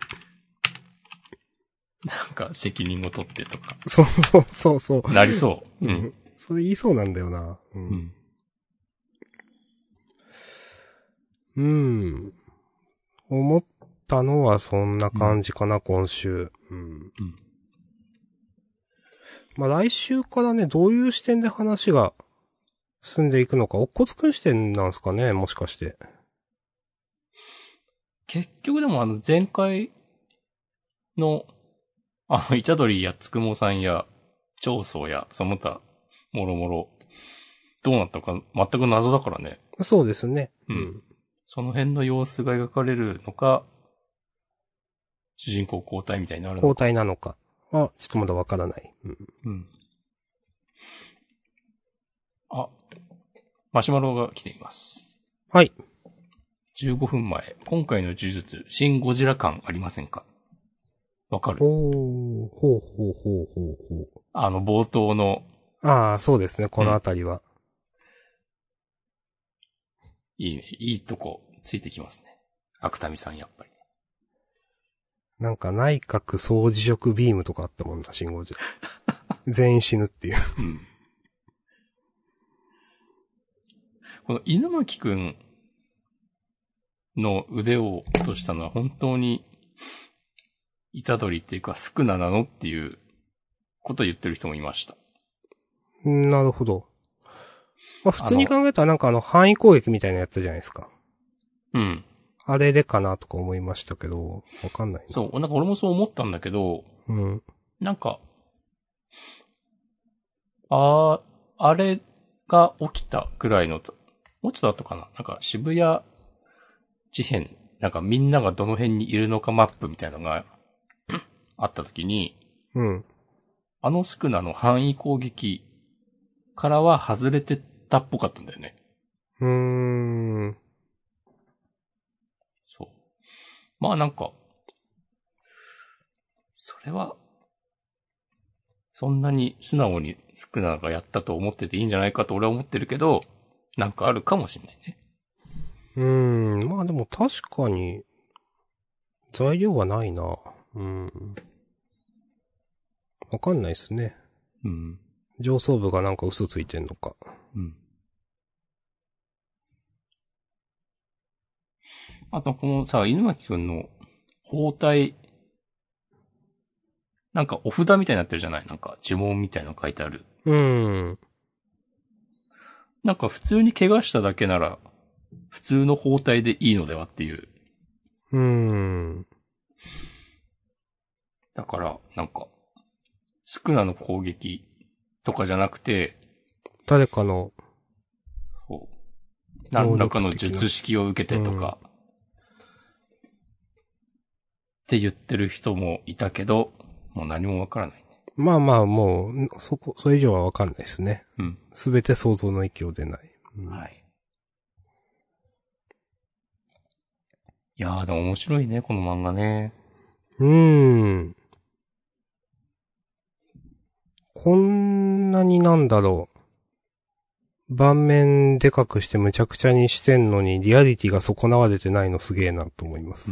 なんか責任を取ってとか。 そうそうそうそう。 なりそう。うん。 それ言いそうなんだよな。うん。 うんうん。思ったのはそんな感じかな、うん、今週。うん。うん。まあ来週からね、どういう視点で話が進んでいくのか、乙骨くん視点なんすかね、もしかして。 結局でもあの前回の、あの、イタドリやつくもさんや、長宗や、その他、もろもろ、どうなったか全く謎だからね。 そうですね。 うん。うん、その辺の様子が描かれるのか、主人公交代みたいになるのか。 交代なのか。あ、ちょっとまだわからない。うん。 うん。あ、マシュマロが来ています。 はい。 じゅうごふんまえ、今回の呪術、シン・ゴジラ感ありませんか？わかる？ ほう、ほうほうほうほうほう。 あの、冒頭の。 ああ、そうですね、このあたりは、 うん。いいね。いいとこ、ついてきますね。芥見さん、やっぱり。 なんか内閣総辞職ビームとかあったもんな、シンゴジラ。全員死ぬっていう。 うん。この犬巻くんの腕を落としたのは本当に、虎杖っていうか、スクナなのっていうことを言ってる人もいました。 なるほど。まあ普通に考えたらなんかあの範囲攻撃みたいなやつじゃないですか。 うん。 あれでかなとか思いましたけど、わかんない、ね。 そう、なんか俺もそう思ったんだけど、 うん。 なんか、あー、あれが起きたくらいの、もうちょっとだったかななんか渋谷事変、なんかみんながどの辺にいるのかマップみたいなのがあった時に、 うん。 あのスクナの範囲攻撃からは外れてたっぽかったんだよね。 うーん。 そう。まあなんか、それは、そんなに素直にスクナがやったと思ってていいんじゃないかと俺は思ってるけど、なんかあるかもしれないね。 うーん。まあでも確かに、材料はないな。うん。わかんないですね。 うん。 上層部がなんか嘘ついてんのか。 うん。あとこのさ、犬巻くんの包帯、なんかお札みたいになってるじゃないなんか呪文みたいなの書いてある。 うーん。 なんか普通に怪我しただけなら、普通の包帯でいいのではっていう。 うーん。 だから、なんか、スクナの攻撃とかじゃなくて、 誰かの、 こう何らかの術式を受けてとか、って言ってる人もいたけど、もう何もわからないね。 まあまあもう、そこ、それ以上はわかんないですね。 うん。 すべて想像の域を出ない。うん、 はい。いやーでも面白いね、この漫画ね。 うーん。こんなになんだろう。盤面でかくしてむちゃくちゃにしてんのに、リアリティが損なわれてないのすげえなと思います。 うん。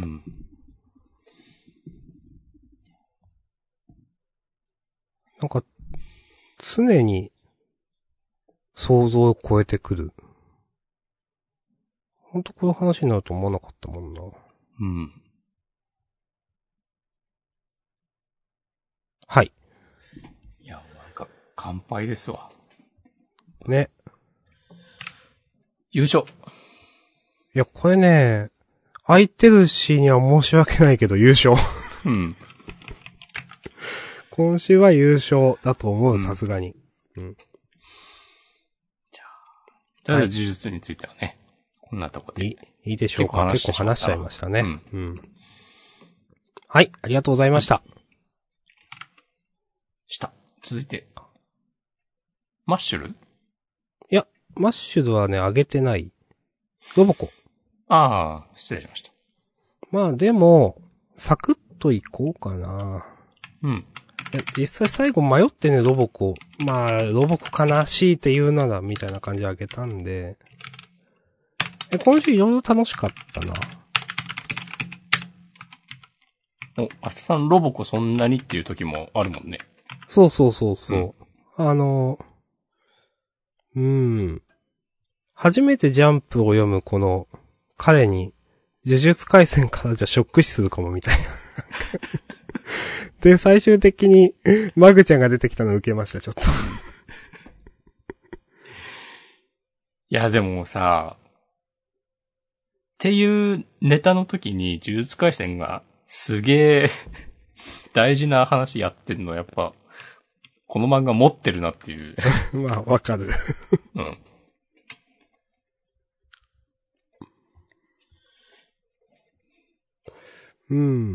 なんか、常に、想像を超えてくる。ほんとこういう話になると思わなかったもんな。 うん。 はい。 いや、なんか、乾杯ですわ。 ね。 優勝。 いや、これね、空いてるしには申し訳ないけど優勝。 うん。 今週は優勝だと思う、さすがに。うん。 じゃあ、とりあえず呪術についてはね、こんなとこで。 いい、いいでしょうか。結構話しちゃいましたね。 うん。 うん。はい、ありがとうございました。 した。続いて。マッシュル？ いや、マッシュルはね、上げてない。ロボコ。 ああ、失礼しました。 まあでも、サクッといこうかな。 うん。 いや、実際最後迷ってね、ロボコ。まあ、ロボコ悲しいって言うなら、みたいな感じであげたんで。え、今週いろいろ楽しかったな。 お、明日さんロボコそんなにっていう時もあるもんね。 そうそうそうそう。うん、あの、うーん。初めてジャンプを読むこの、彼に、呪術廻戦からじゃショック死するかもみたいな。で、最終的に、マグちゃんが出てきたの受けました、ちょっと。 いや、でもさ、っていうネタの時に呪術廻戦がすげえ大事な話やってるのやっぱ、この漫画持ってるなっていう。 まあ、わかる。 うん。 うん。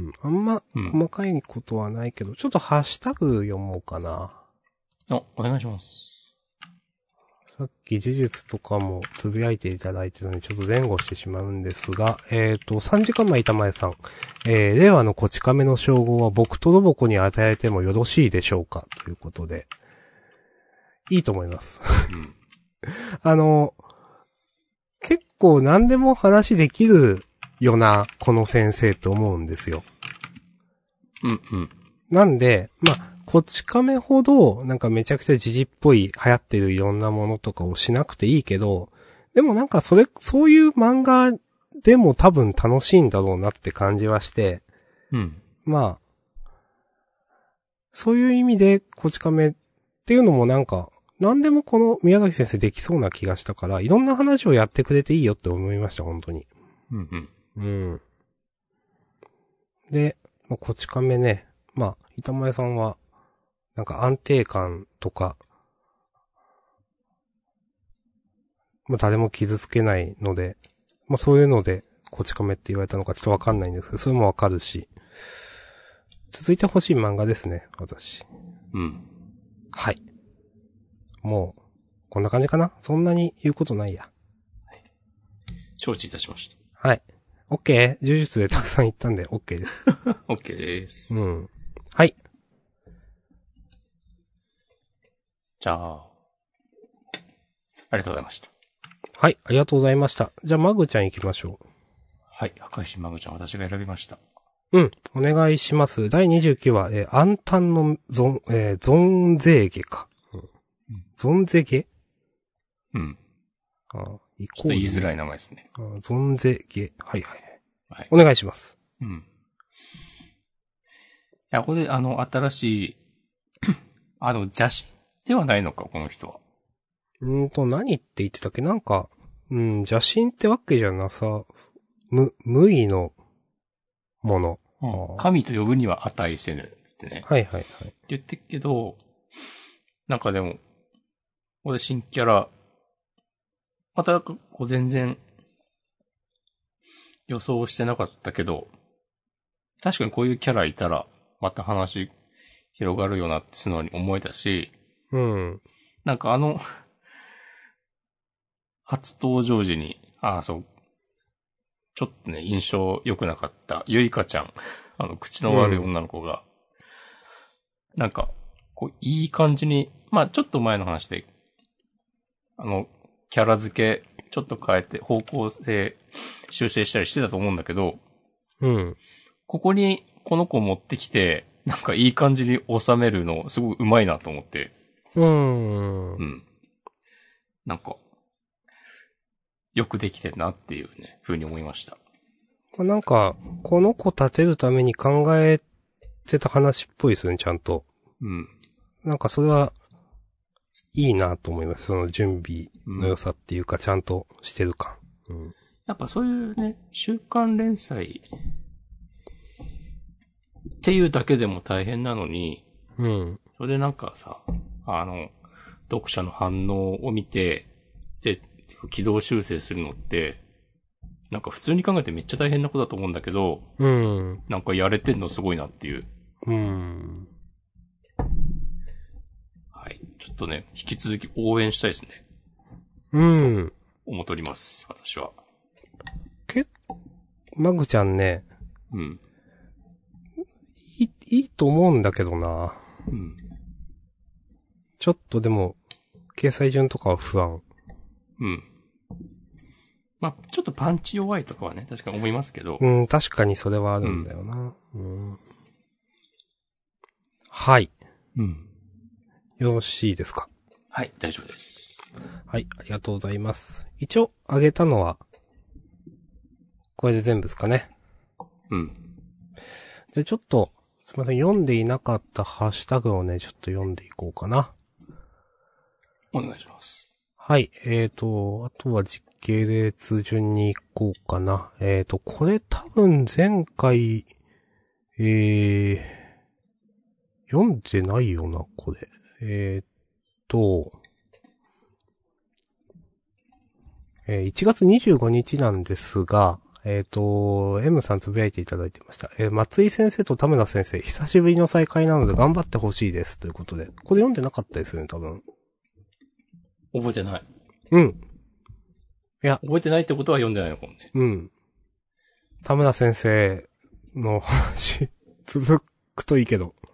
あんま、細かいことはないけど、うん、ちょっとハッシュタグ読もうかな。 あ、お願いします。 さっき事実とかもつぶやいていただいてるのにちょっと前後してしまうんですが、えっと、さんじかんまえ板前さん。えー、令和のこち亀の称号は僕とロボコに与えてもよろしいでしょうかということで。いいと思います。うん、あの、結構何でも話できるよな、この先生と思うんですよ。 うんうん。 なんで、まあ、こち亀ほど、なんかめちゃくちゃ時事っぽい流行ってるいろんなものとかをしなくていいけど、でもなんかそれ、そういう漫画でも多分楽しいんだろうなって感じはして、 うん。 まあ、そういう意味でこち亀っていうのもなんか、何でもこの宮崎先生できそうな気がしたから、いろんな話をやってくれていいよって思いました、本当に。 うんうん。 うん。で、まあ、こち亀ね。まあ、板前さんは、なんか安定感とか、まあ、誰も傷つけないので、まあ、そういうので、こち亀って言われたのかちょっとわかんないんですけど、それもわかるし。続いて欲しい漫画ですね、私。 うん。 はい。もう、こんな感じかな？そんなに言うことないや。 承知いたしました。 はい。OK。呪術でたくさん言ったんで OK です。 OK です。 うん。はい。 じゃあ、ありがとうございました。 はい、ありがとうございました。じゃあ、マグちゃん行きましょう。 はい、赤石マグちゃん、私が選びました。 うん、お願いします。だいにじゅうきゅうわ、えー、アンタンのゾン、えー、ゾンゼーゲか。うん。ゾンゼゲうん。 ああ、 ちょっと言いづらい名前ですね。 あゾンゼゲ。はいはいはい。 お願いします。 うん。いや、ここで、あの、新しい、あの、邪神ではないのか、この人は。 うーんと、何って言ってたっけなんか、うん、邪神ってわけじゃなさ、無、無意のもの。 うん、神と呼ぶには値せぬ、つってね。 はいはいはい。って言ってっけど、なんかでも、ここで新キャラ、また、こう全然、予想してなかったけど、確かにこういうキャラいたら、また話広がるよなって素直に思えたし、 うん。 なんかあの、初登場時に、ああ、そう、ちょっとね、印象良くなかった、ゆいかちゃん、あの、口の悪い女の子が、うん、なんか、こう、いい感じに、まあちょっと前の話で、あの、キャラ付け、ちょっと変えて、方向性修正したりしてたと思うんだけど、 うん。 ここにこの子持ってきて、なんかいい感じに収めるの、すごく上手いなと思って。 うーん。 うん。なんか、よくできてるなっていうね、風に思いました。 なんか、この子立てるために考えてた話っぽいですね、ちゃんと。 うん。 なんかそれは、いいなと思います。その準備の良さっていうか、ちゃんとしてる感。うん。 やっぱそういうね、週刊連載っていうだけでも大変なのに、 うん。 それでなんかさ、あの、読者の反応を見て、で、軌道修正するのって、なんか普通に考えてめっちゃ大変なことだと思うんだけど、 うん。 なんかやれてんのすごいなっていう。 うん。 はい。ちょっとね、引き続き応援したいですね。 うん。 思っております、私は。 けマグちゃんね。 うん。 いい、いいと思うんだけどな。 うん。 ちょっとでも、掲載順とかは不安。 うん。まあ、ちょっとパンチ弱いとかはね、確かに思いますけど。 うん、確かにそれはあるんだよな。うん。うん、はい。 うん。 よろしいですか？ はい、大丈夫です。 はい、ありがとうございます。一応、あげたのは、これで全部ですかね。 うん。 で、ちょっと、すいません、読んでいなかったハッシュタグをね、ちょっと読んでいこうかな。 お願いします。 はい、えーと、あとは実系列順に行こうかな。えーと、これ多分前回、えー、読んでないよな、これ。えーと、えー、いちがつにじゅうごにちなんですが、えっ、ー、と、M さんつぶやいていただいてました。えー、松井先生と田村先生、久しぶりの再会なので頑張ってほしいです。ということで。これ読んでなかったですよね、多分。 覚えてない。 うん。いや。 覚えてないってことは読んでないのかもね。 うん。田村先生の話、続くといいけど。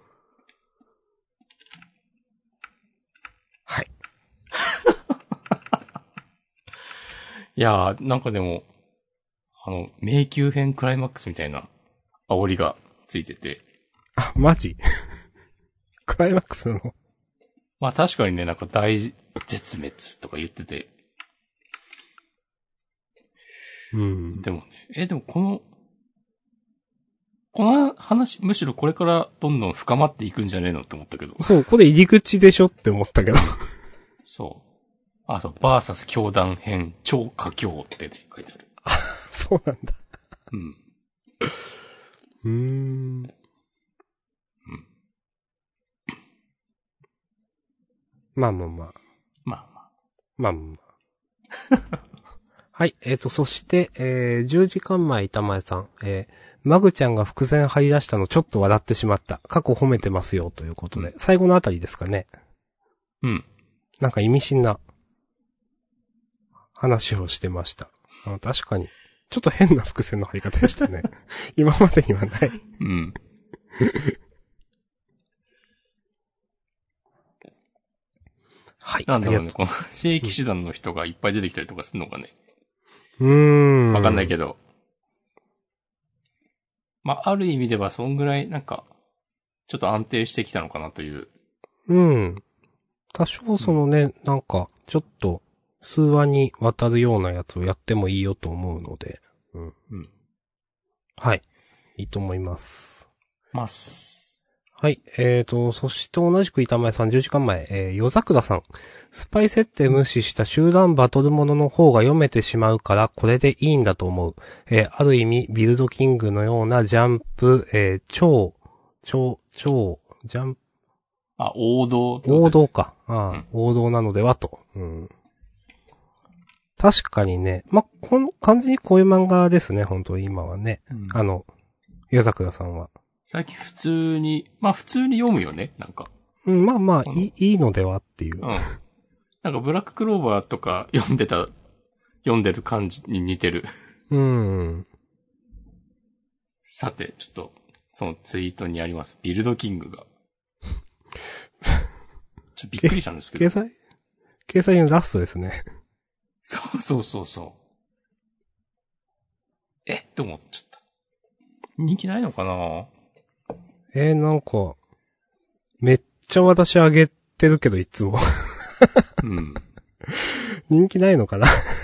はい。 いやー、なんかでも、あの、迷宮編クライマックスみたいな煽りがついてて。 あ、マジクライマックスなの？ まあ確かにね、なんか大絶滅とか言ってて。 うん。 でもね、え、でもこの、この話、むしろこれからどんどん深まっていくんじゃねえのって思ったけど。 そう、これ入り口でしょって思ったけど。 そう。あ、そう、バーサス教団編超佳境って、ね、書いてある。 あ、そうなんだ。 うん。 うーん。 うん。 まあまあまあ。 まあまあ。 まあまあ。はい。えっ、と、そして、えー、じゅうじかんまえ、板前さん。えー、マグちゃんが伏線張り出したのちょっと笑ってしまった。過去褒めてますよ、ということで。 うん、 最後のあたりですかね。 うん。 なんか意味深な話をしてました。あ、確かに。ちょっと変な伏線の張り方でしたね。今までにはない。 うん。 はい。 なんだろうね、 ありがとこの正規手段の人がいっぱい出てきたりとかするのかね。 う。うーん。 わかんないけど。 ど。まあ、ある意味ではそんぐらい、なんか、ちょっと安定してきたのかなという。 うん。多少そのね、うん、なんか、ちょっと、数話にわたるようなやつをやってもいいよと思うので。うん。 うん。 はい。いいと思います。 ます。 はい。えーと、そして同じく板前さんじゅうじかんまえ、えー、夜桜さん。スパイ設定無視した集団バトルものの方が読めてしまうから、これでいいんだと思う。えー、ある意味、ビルドキングのようなジャンプ、えー、超、超、超、ジャンプ、 あ、王道、ね。 王道か。ああ、うん、王道なのではと。うん。確かにね。ま、こん、完全にこういう漫画ですね、本当に今はね。うん、あの、夜桜さんは。 最近普通に、まあ普通に読むよね、なんか。 うん、まあまあ、いい、いいのではっていう。 うん。なんかブラッククローバーとか読んでた、読んでる感じに似てる。 うん。 さて、ちょっと、そのツイートにあります。ビルドキングが。ちょっとびっくりしたんですけど。 掲載掲載のラストですね。 そうそうそうそう。えって思っちゃった。人気ないのかなえー、なんか、めっちゃ私あげてるけど、いつも。 うん。 人気ないのかな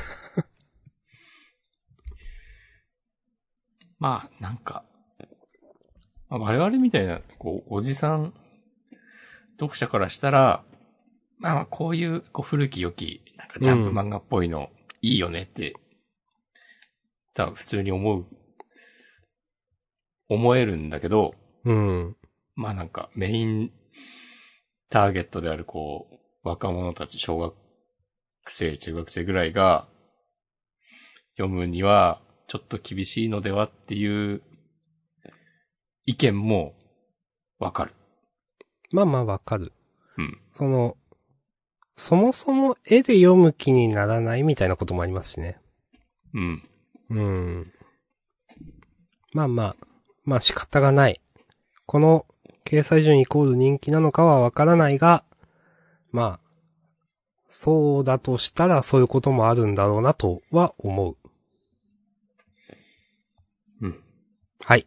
まあ、なんか、我々みたいな、こう、おじさん、読者からしたら、まあ、こういう、こう、古き良き、なんかジャンプ漫画っぽいの、いいよねって、多分普通に思う、思えるんだけど、 うん。 まあなんか、メインターゲットである、こう、若者たち、小学生、中学生ぐらいが、読むには、ちょっと厳しいのではっていう意見もわかる。 まあまあわかる。 うん。 その、そもそも絵で読む気にならないみたいなこともありますしね。 うん。 うん。まあまあ、まあ仕方がない。この掲載順イコール人気なのかはわからないが、まあ、そうだとしたらそういうこともあるんだろうなとは思う。 うん。 はい。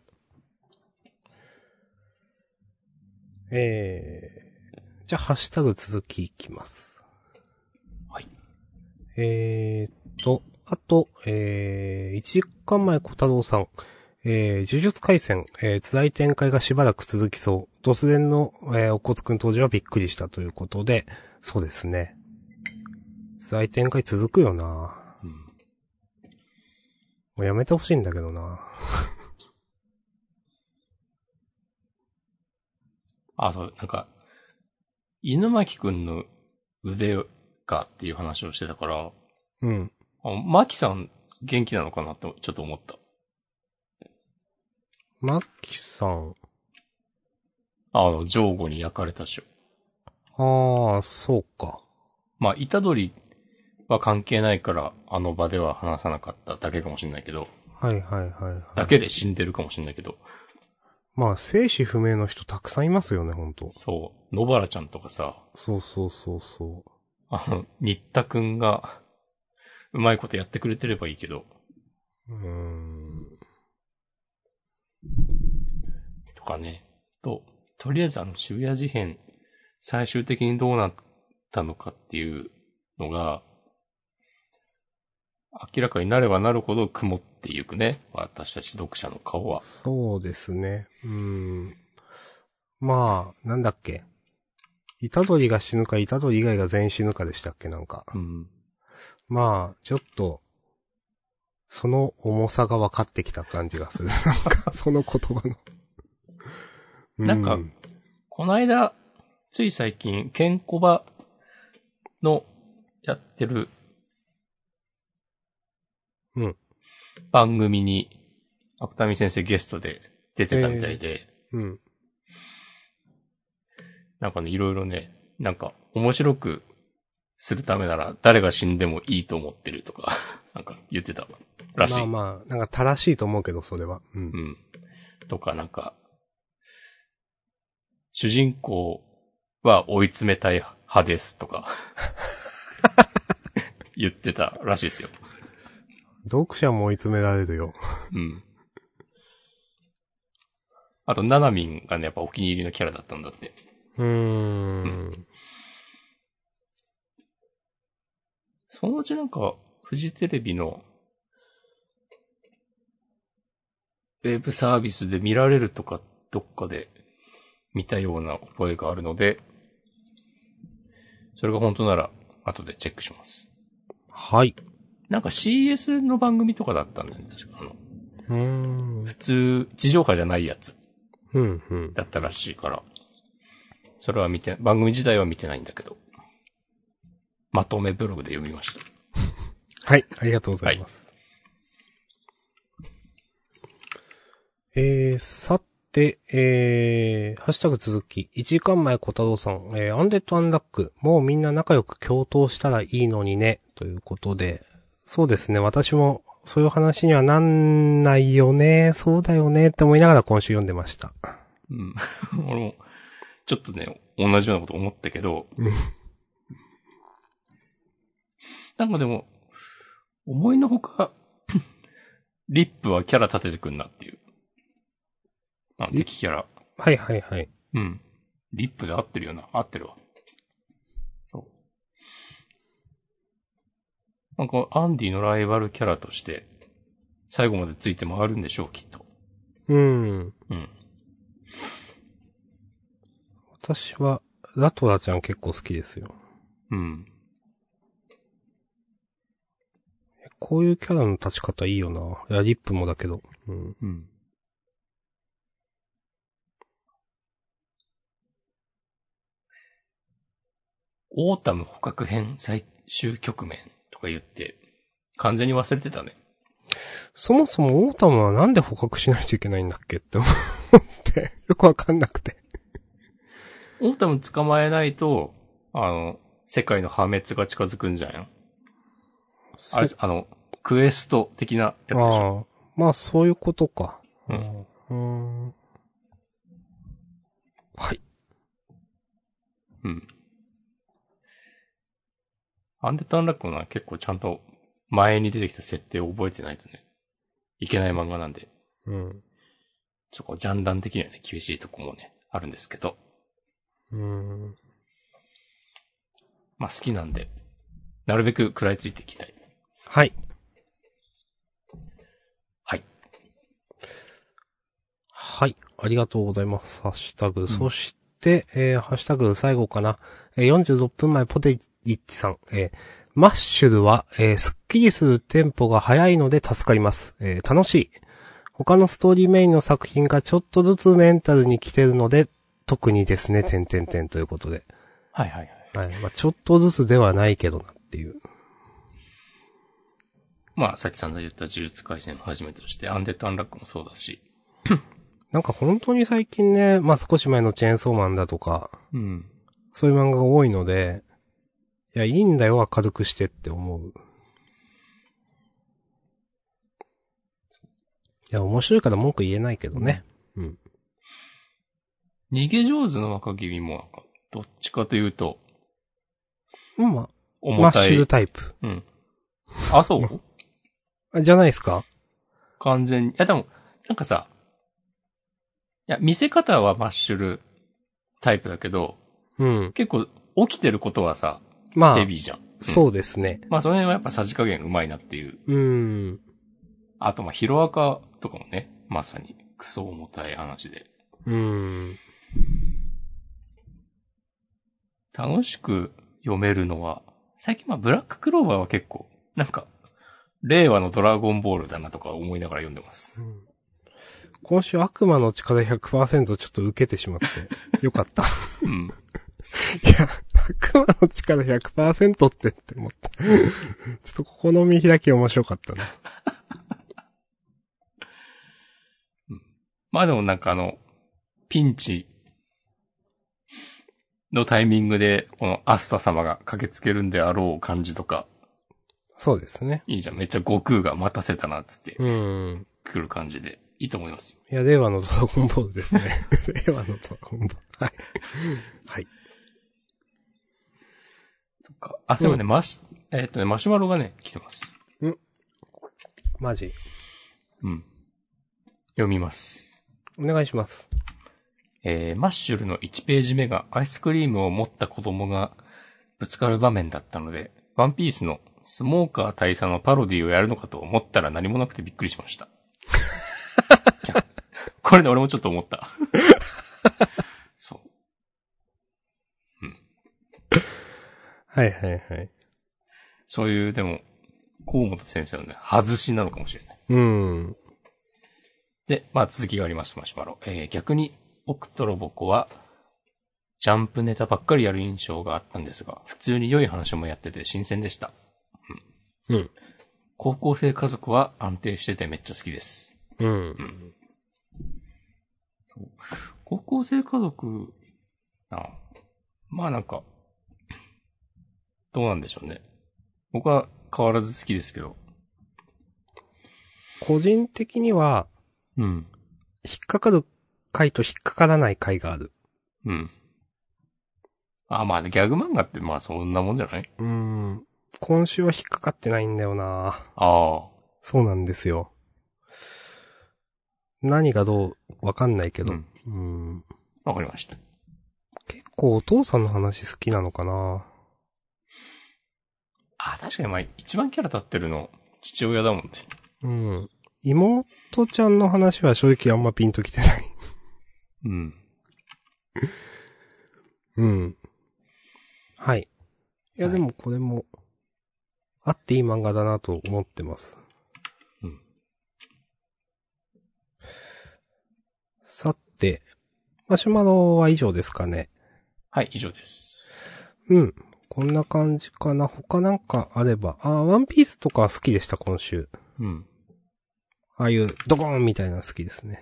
えー、じゃあ、ハッシュタグ続きいきます。 はい。 えーと、あと、えー、いちじかんまえ小太郎さん。えー、呪術回戦、えー、辛い展開がしばらく続きそう。ドスレンの、えー、おこつくん登場はびっくりしたということで、そうですね。辛い展開続くよな。うん。もうやめてほしいんだけどな。 あ、そう、なんか、犬巻くんの腕がっていう話をしてたから、 うん。 あ、巻さん元気なのかなってちょっと思った。 マキさん。 あの、上後に焼かれたっしょ。ああ、そうか。 まあ、虎杖は関係ないから、あの場では話さなかっただけかもしれないけど。 はいはいはい、はい。 だけで死んでるかもしれないけど。 まあ、生死不明の人たくさんいますよね、ほんと。 そう。野原ちゃんとかさ。 そうそうそうそう。 あの、新田くんが、うまいことやってくれてればいいけど。 うーん。 とかね。と、とりあえずあの渋谷事変、最終的にどうなったのかっていうのが、明らかになればなるほど曇っていくね。私たち読者の顔は。 そうですね。うーん。まあ、なんだっけ。虎杖が死ぬか、虎杖以外が全員死ぬかでしたっけ、なんか。 うん。 まあ、ちょっと、 その重さが分かってきた感じがする。なんか、その言葉の。 なんか、この間、つい最近、ケンコバのやってる、 うん。 番組に、芥見先生ゲストで出てたみたいで、 えー、うん。 なんかね、いろいろね、なんか、面白くするためなら、誰が死んでもいいと思ってるとか、なんか言ってたらしい。 まあまあ、なんか正しいと思うけど、それは。うん。 うん。とか、なんか、主人公は追い詰めたい派ですとか、言ってたらしいですよ。 読者も追い詰められるよ。 うん。あと、ナナミンがね、やっぱお気に入りのキャラだったんだって。 うーん。うん、 そのうちなんか、フジテレビの、ウェブサービスで見られるとか、どっかで見たような覚えがあるので、それが本当なら、後でチェックします。 はい。 なんか シーエス の番組とかだったんだよね、確かあの。 うーん。 普通、地上波じゃないやつ。 うん、うん。 だったらしいから。それは見て、番組自体は見てないんだけど。まとめブログで読みました。 はい、ありがとうございます。はい、えー、さて、えー、ハッシュタグ続き、いちじかんまえ小太郎さん、えー、アンデッドアンラック、もうみんな仲良く共闘したらいいのにね、ということで、そうですね、私も、そういう話にはなんないよね、そうだよね、って思いながら今週読んでました。 うん。俺も、ちょっとね、同じようなこと思ったけど、なんかでも、思いのほか、リップはキャラ立ててくんなっていう。あ、敵キャラ。 はいはいはい。 うん。リップで合ってるよな。合ってるわ。そう。なんか、アンディのライバルキャラとして、最後までついて回るんでしょう、きっと。 うん。 うん。 私は、ラトラちゃん結構好きですよ。 うん。 こういうキャラの立ち方いいよな。いや、リップもだけど。うん。 うん。オータム捕獲編最終局面とか言って、完全に忘れてたね。 そもそもオータムはなんで捕獲しないといけないんだっけって思って、よくわかんなくて。 オータム捕まえないと、あの、世界の破滅が近づくんじゃんよ。あれ、あの、クエスト的なやつでしょ。 ああ、まあそういうことか。 うん。 うーん。はい。 うん。アンデッドアンラックは結構ちゃんと前に出てきた設定を覚えてないとね、いけない漫画なんで。 うん。 ちょっとジャンダン的にはね、厳しいとこもね、あるんですけど。 うーん。 まあ好きなんで、なるべく食らいついていきたい。 はい。 はい。 はい。ありがとうございます。ハッシュタグ。 うん、 そして、えー、ハッシュタグ最後かな。えー、よんじゅうろっぷんまえポテリッチさん。えー、マッシュルは、えー、スッキリするテンポが速いので助かります。えー、楽しい。他のストーリーメインの作品がちょっとずつメンタルに来てるので、特にですね、点々点ということで。 はいはいはい。 はい。まあ、ちょっとずつではないけどなっていう。 まあ、さっきさんが言った呪術廻戦をはじめとして、アンデッドアンラックもそうだし。 なんか本当に最近ね、まあ少し前のチェーンソーマンだとか、 うん。 そういう漫画が多いので、いや、いいんだよ、明るくしてって思う。いや、面白いから文句言えないけどね。うん。 逃げ上手の若君もなんか、どっちかというと、 うん、まあ、 重たい。 マッシュルタイプ。 うん。あ、そうじゃないですか？ 完全に。いや、でも、なんかさ、いや、見せ方はマッシュルタイプだけど、 うん。 結構起きてることはさ、 まあ、 ヘビーじゃん。うん、 そうですね。 まあ、その辺はやっぱさじ加減うまいなっていう。 うん。 あと、まあ、ヒロアカとかもね、まさにクソ重たい話で。 うん。 楽しく読めるのは、最近まあ、ブラッククローバーは結構、なんか、 令和のドラゴンボールだなとか思いながら読んでます。 うん、今週悪魔の力 ひゃくパーセント ちょっと受けてしまって、よかった。 うん。 いや、悪魔の力 ひゃくパーセント ってって思った。ちょっとここの見開き面白かったな。 うん、まあでもなんかあの、ピンチのタイミングで、このアスタ様が駆けつけるんであろう感じとか。 そうですね。 いいじゃん。めっちゃ悟空が待たせたな、つって。 うん。 来る感じで。いいと思いますよ。 いや、令和のドラゴンボールですね。令和のドラゴンボール。はい。はい。 とか。あ、そういえばね、うん、マシ、えー、っとね、マシュマロがね、来てます。 んマジうん。読みます。 お願いします。 えー、マッシュルのいちページ目がアイスクリームを持った子供がぶつかる場面だったので、ワンピースのスモーカー大佐のパロディをやるのかと思ったら何もなくてびっくりしました。これで俺もちょっと思った。そう。うん。 はいはいはい。 そういう、でも、河本先生のね、外しなのかもしれない。 うん。 で、まあ続きがあります、マシュマロ。えー、逆に、オクトロボコは、ジャンプネタばっかりやる印象があったんですが、普通に良い話もやってて新鮮でした。 うん。うん。 高校生家族は安定しててめっちゃ好きです。 うん。うん、 そう高校生家族、あまあなんか、どうなんでしょうね。僕は変わらず好きですけど。 個人的には、 うん。 引っかかる回と引っかからない回がある。 うん。あ、まあギャグ漫画ってまあそんなもんじゃない？ うーん。今週は引っかかってないんだよな。 ああ。 そうなんですよ。何がどう、わかんないけど。うん。うーん。 わかりました。 結構お父さんの話好きなのかな。 あ、確かにまあ一番キャラ立ってるの父親だもんね。 うん。妹ちゃんの話は正直あんまピンときてない。 うん。 うん。はい。いや、でもこれも、あっていい漫画だなと思ってます。 うん。 さて、マシュマロは以上ですかね。 はい、以上です。 うん。こんな感じかな。他なんかあれば。あ、ワンピースとか好きでした、今週。 うん。 ああいうドコーンみたいなの好きですね。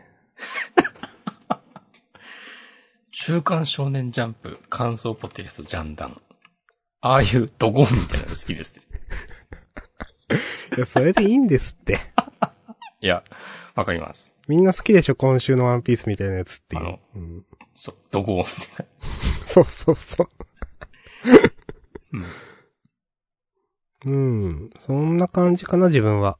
週刊少年ジャンプ、乾燥ポテスジャンダン。ああいうドゴンみたいなの好きですね。 いや、それでいいんですって。 いや、わかります。 みんな好きでしょ、今週のワンピースみたいなやつっていう。 あの、 うん、 そう、ドゴンって。 そうそうそう。うん。うん。そんな感じかな、自分は。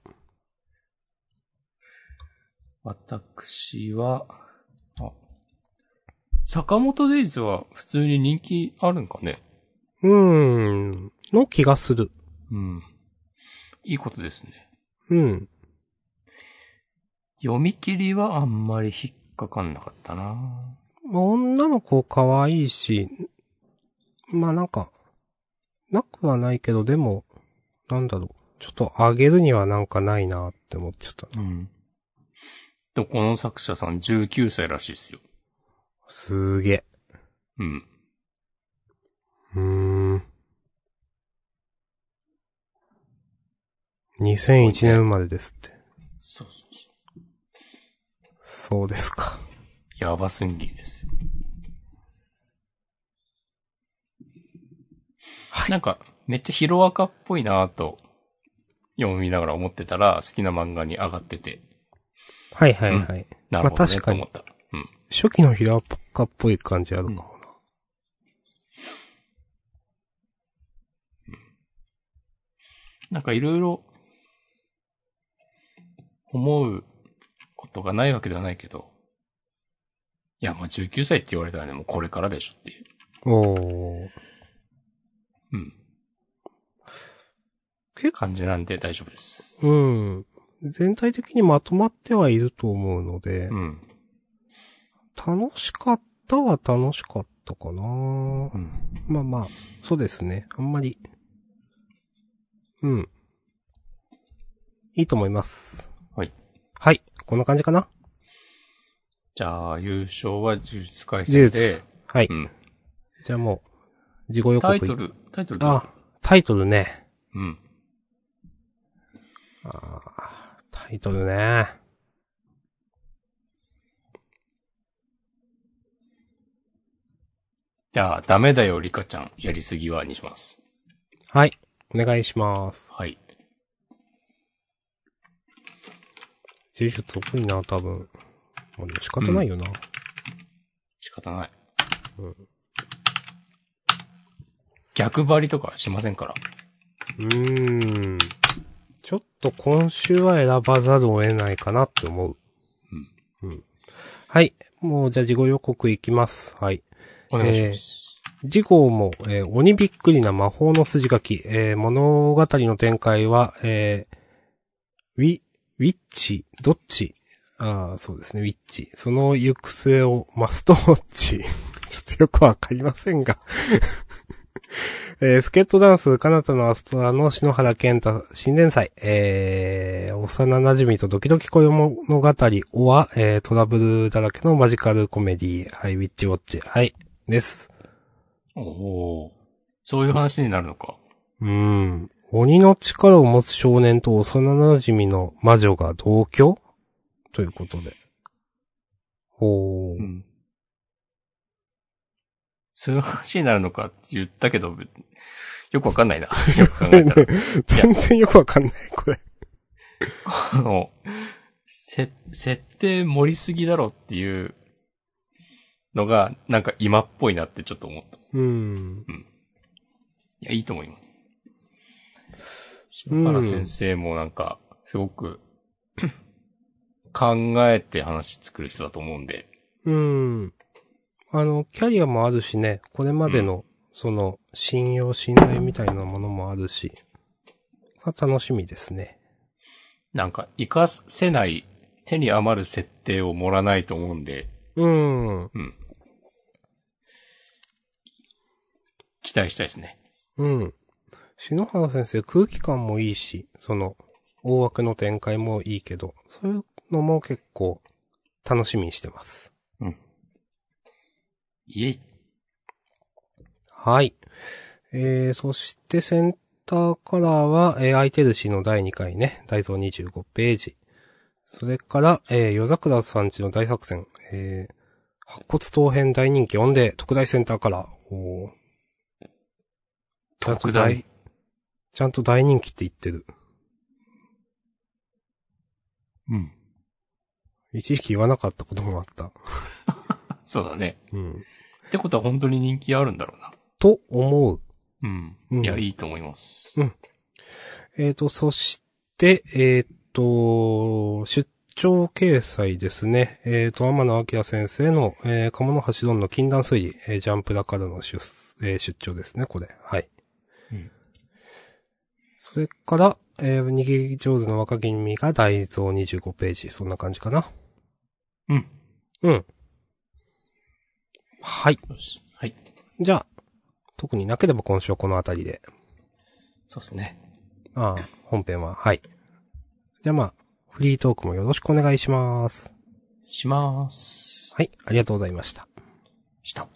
私は、あ、坂本デイズは普通に人気あるんかね？ うーん。の気がする。 うん。いいことですね。 うん。 読み切りはあんまり引っかかんなかったな。 女の子可愛いし、まあなんか、なくはないけど、でも、なんだろう。ちょっと上げるにはなんかないなって思っちゃったな。 うん。で、この作者さんじゅうきゅうさいらしいですよ。 すーげえ。 うん。 うーん。にせんいちねん生まれですって。 そうそうそう。 そうですか。 やばすぎですよ。はい。なんか、めっちゃヒロアカっぽいなぁと、読みながら思ってたら、好きな漫画に上がってて。 はいはいはい。うん、 なるほどね、まあ、 確かに。 と思った。うん。 初期のヒロアカっぽい感じあるかもな。うんうん、なんかいろいろ、思うことがないわけではないけど、いや、まあ、じゅうきゅうさいって言われたらね、もうこれからでしょっていう。 おー。 うん。結構感じなんで大丈夫です。 うん。全体的にまとまってはいると思うので、 うん。 楽しかったは楽しかったかな、うん、まあまあ、そうですね。あんまり、うん。 いいと思います。 はい。 はい。こんな感じかな。 じゃあ、優勝は呪術廻呪戦で。 術。はい。 うん。 じゃあもう、事後予告。 タイトル、タイトルどうあ、タイトルね。 うん。 あタイトルね。 じゃあ、ダメだよ、リカちゃん。やりすぎはにします。 はい。お願いします。 はい。 呪術得意な、多分。まあ、仕方ないよな。うん、 仕方ない。 うん。 逆張りとかしませんから。 うーん。ちょっと今週は選ばざるを得ないかなって思う。うん。うん。はい。もうじゃあ事後予告いきます。はい。 お願いします。 えー、次号も、えー、鬼びっくりな魔法の筋書き。えー、物語の展開は、えー、ウィ、ウィッチ、どっちああ、そうですね、ウィッチ。その行く末をマストウォッチ。ちょっとよくわかりませんが。えー、スケートダンス、カナタのアストラの篠原健太新連載、えー、幼馴染とドキドキ恋物語は、えー、トラブルだらけのマジカルコメディはい、ウィッチウォッチ、はい、です。 おお、そういう話になるのか。 うーん。鬼の力を持つ少年と幼馴染の魔女が同居ということで。ほー。うん。 そういう話になるのかって言ったけど、よくわかんないな。よく考えたら。 全然よくわかんない、これ。 あの、せ、設定盛りすぎだろっていうのが、なんか今っぽいなってちょっと思った。 うん。うん。 いや、いいと思います。篠原先生もなんか、すごく、考えて話作る人だと思うんで。 うん。あの、キャリアもあるしね、これまでの、うん、その、信用信頼みたいなものもあるし、楽しみですね。 なんか、活かせない、手に余る設定を盛らないと思うんで。 うん。 うん。期待したいですね。 うん。篠原先生空気感もいいし、その、大枠の展開もいいけど、そういうのも結構、楽しみにしてます。 うん。イエイ。 はい。えー、そしてセンターカラーは、えー、アイテルシーのだいにかいね、大蔵にじゅうごページ。それから、えー、夜桜さんちの大作戦、えー、白骨刀編大人気オンで特大センターカラー。おー。 特大。 ちゃんと大人気って言ってる。 うん。 一時期言わなかったこともあった。 そうだね。 うん。 ってことは本当に人気あるんだろうな。 と思う。 うん。うん、いや、いいと思います。 うん。えっと、そして、えっと、出張掲載ですね。えっと、天野明先生の、えー、鴨の橋論の禁断推理、えー、ジャンプだからの出、えー、出張ですね、これ。はい。うん。それから、えー、逃げ上手の若君が大蔵にじゅうごページ。そんな感じかな。 うん。 うん。はい。 よし。はい。 じゃあ、特になければ今週はこのあたりで。 そうですね。 ああ、本編は、はい。じゃあまあ、フリートークもよろしくお願いします。 します。 はい、ありがとうございました。 した。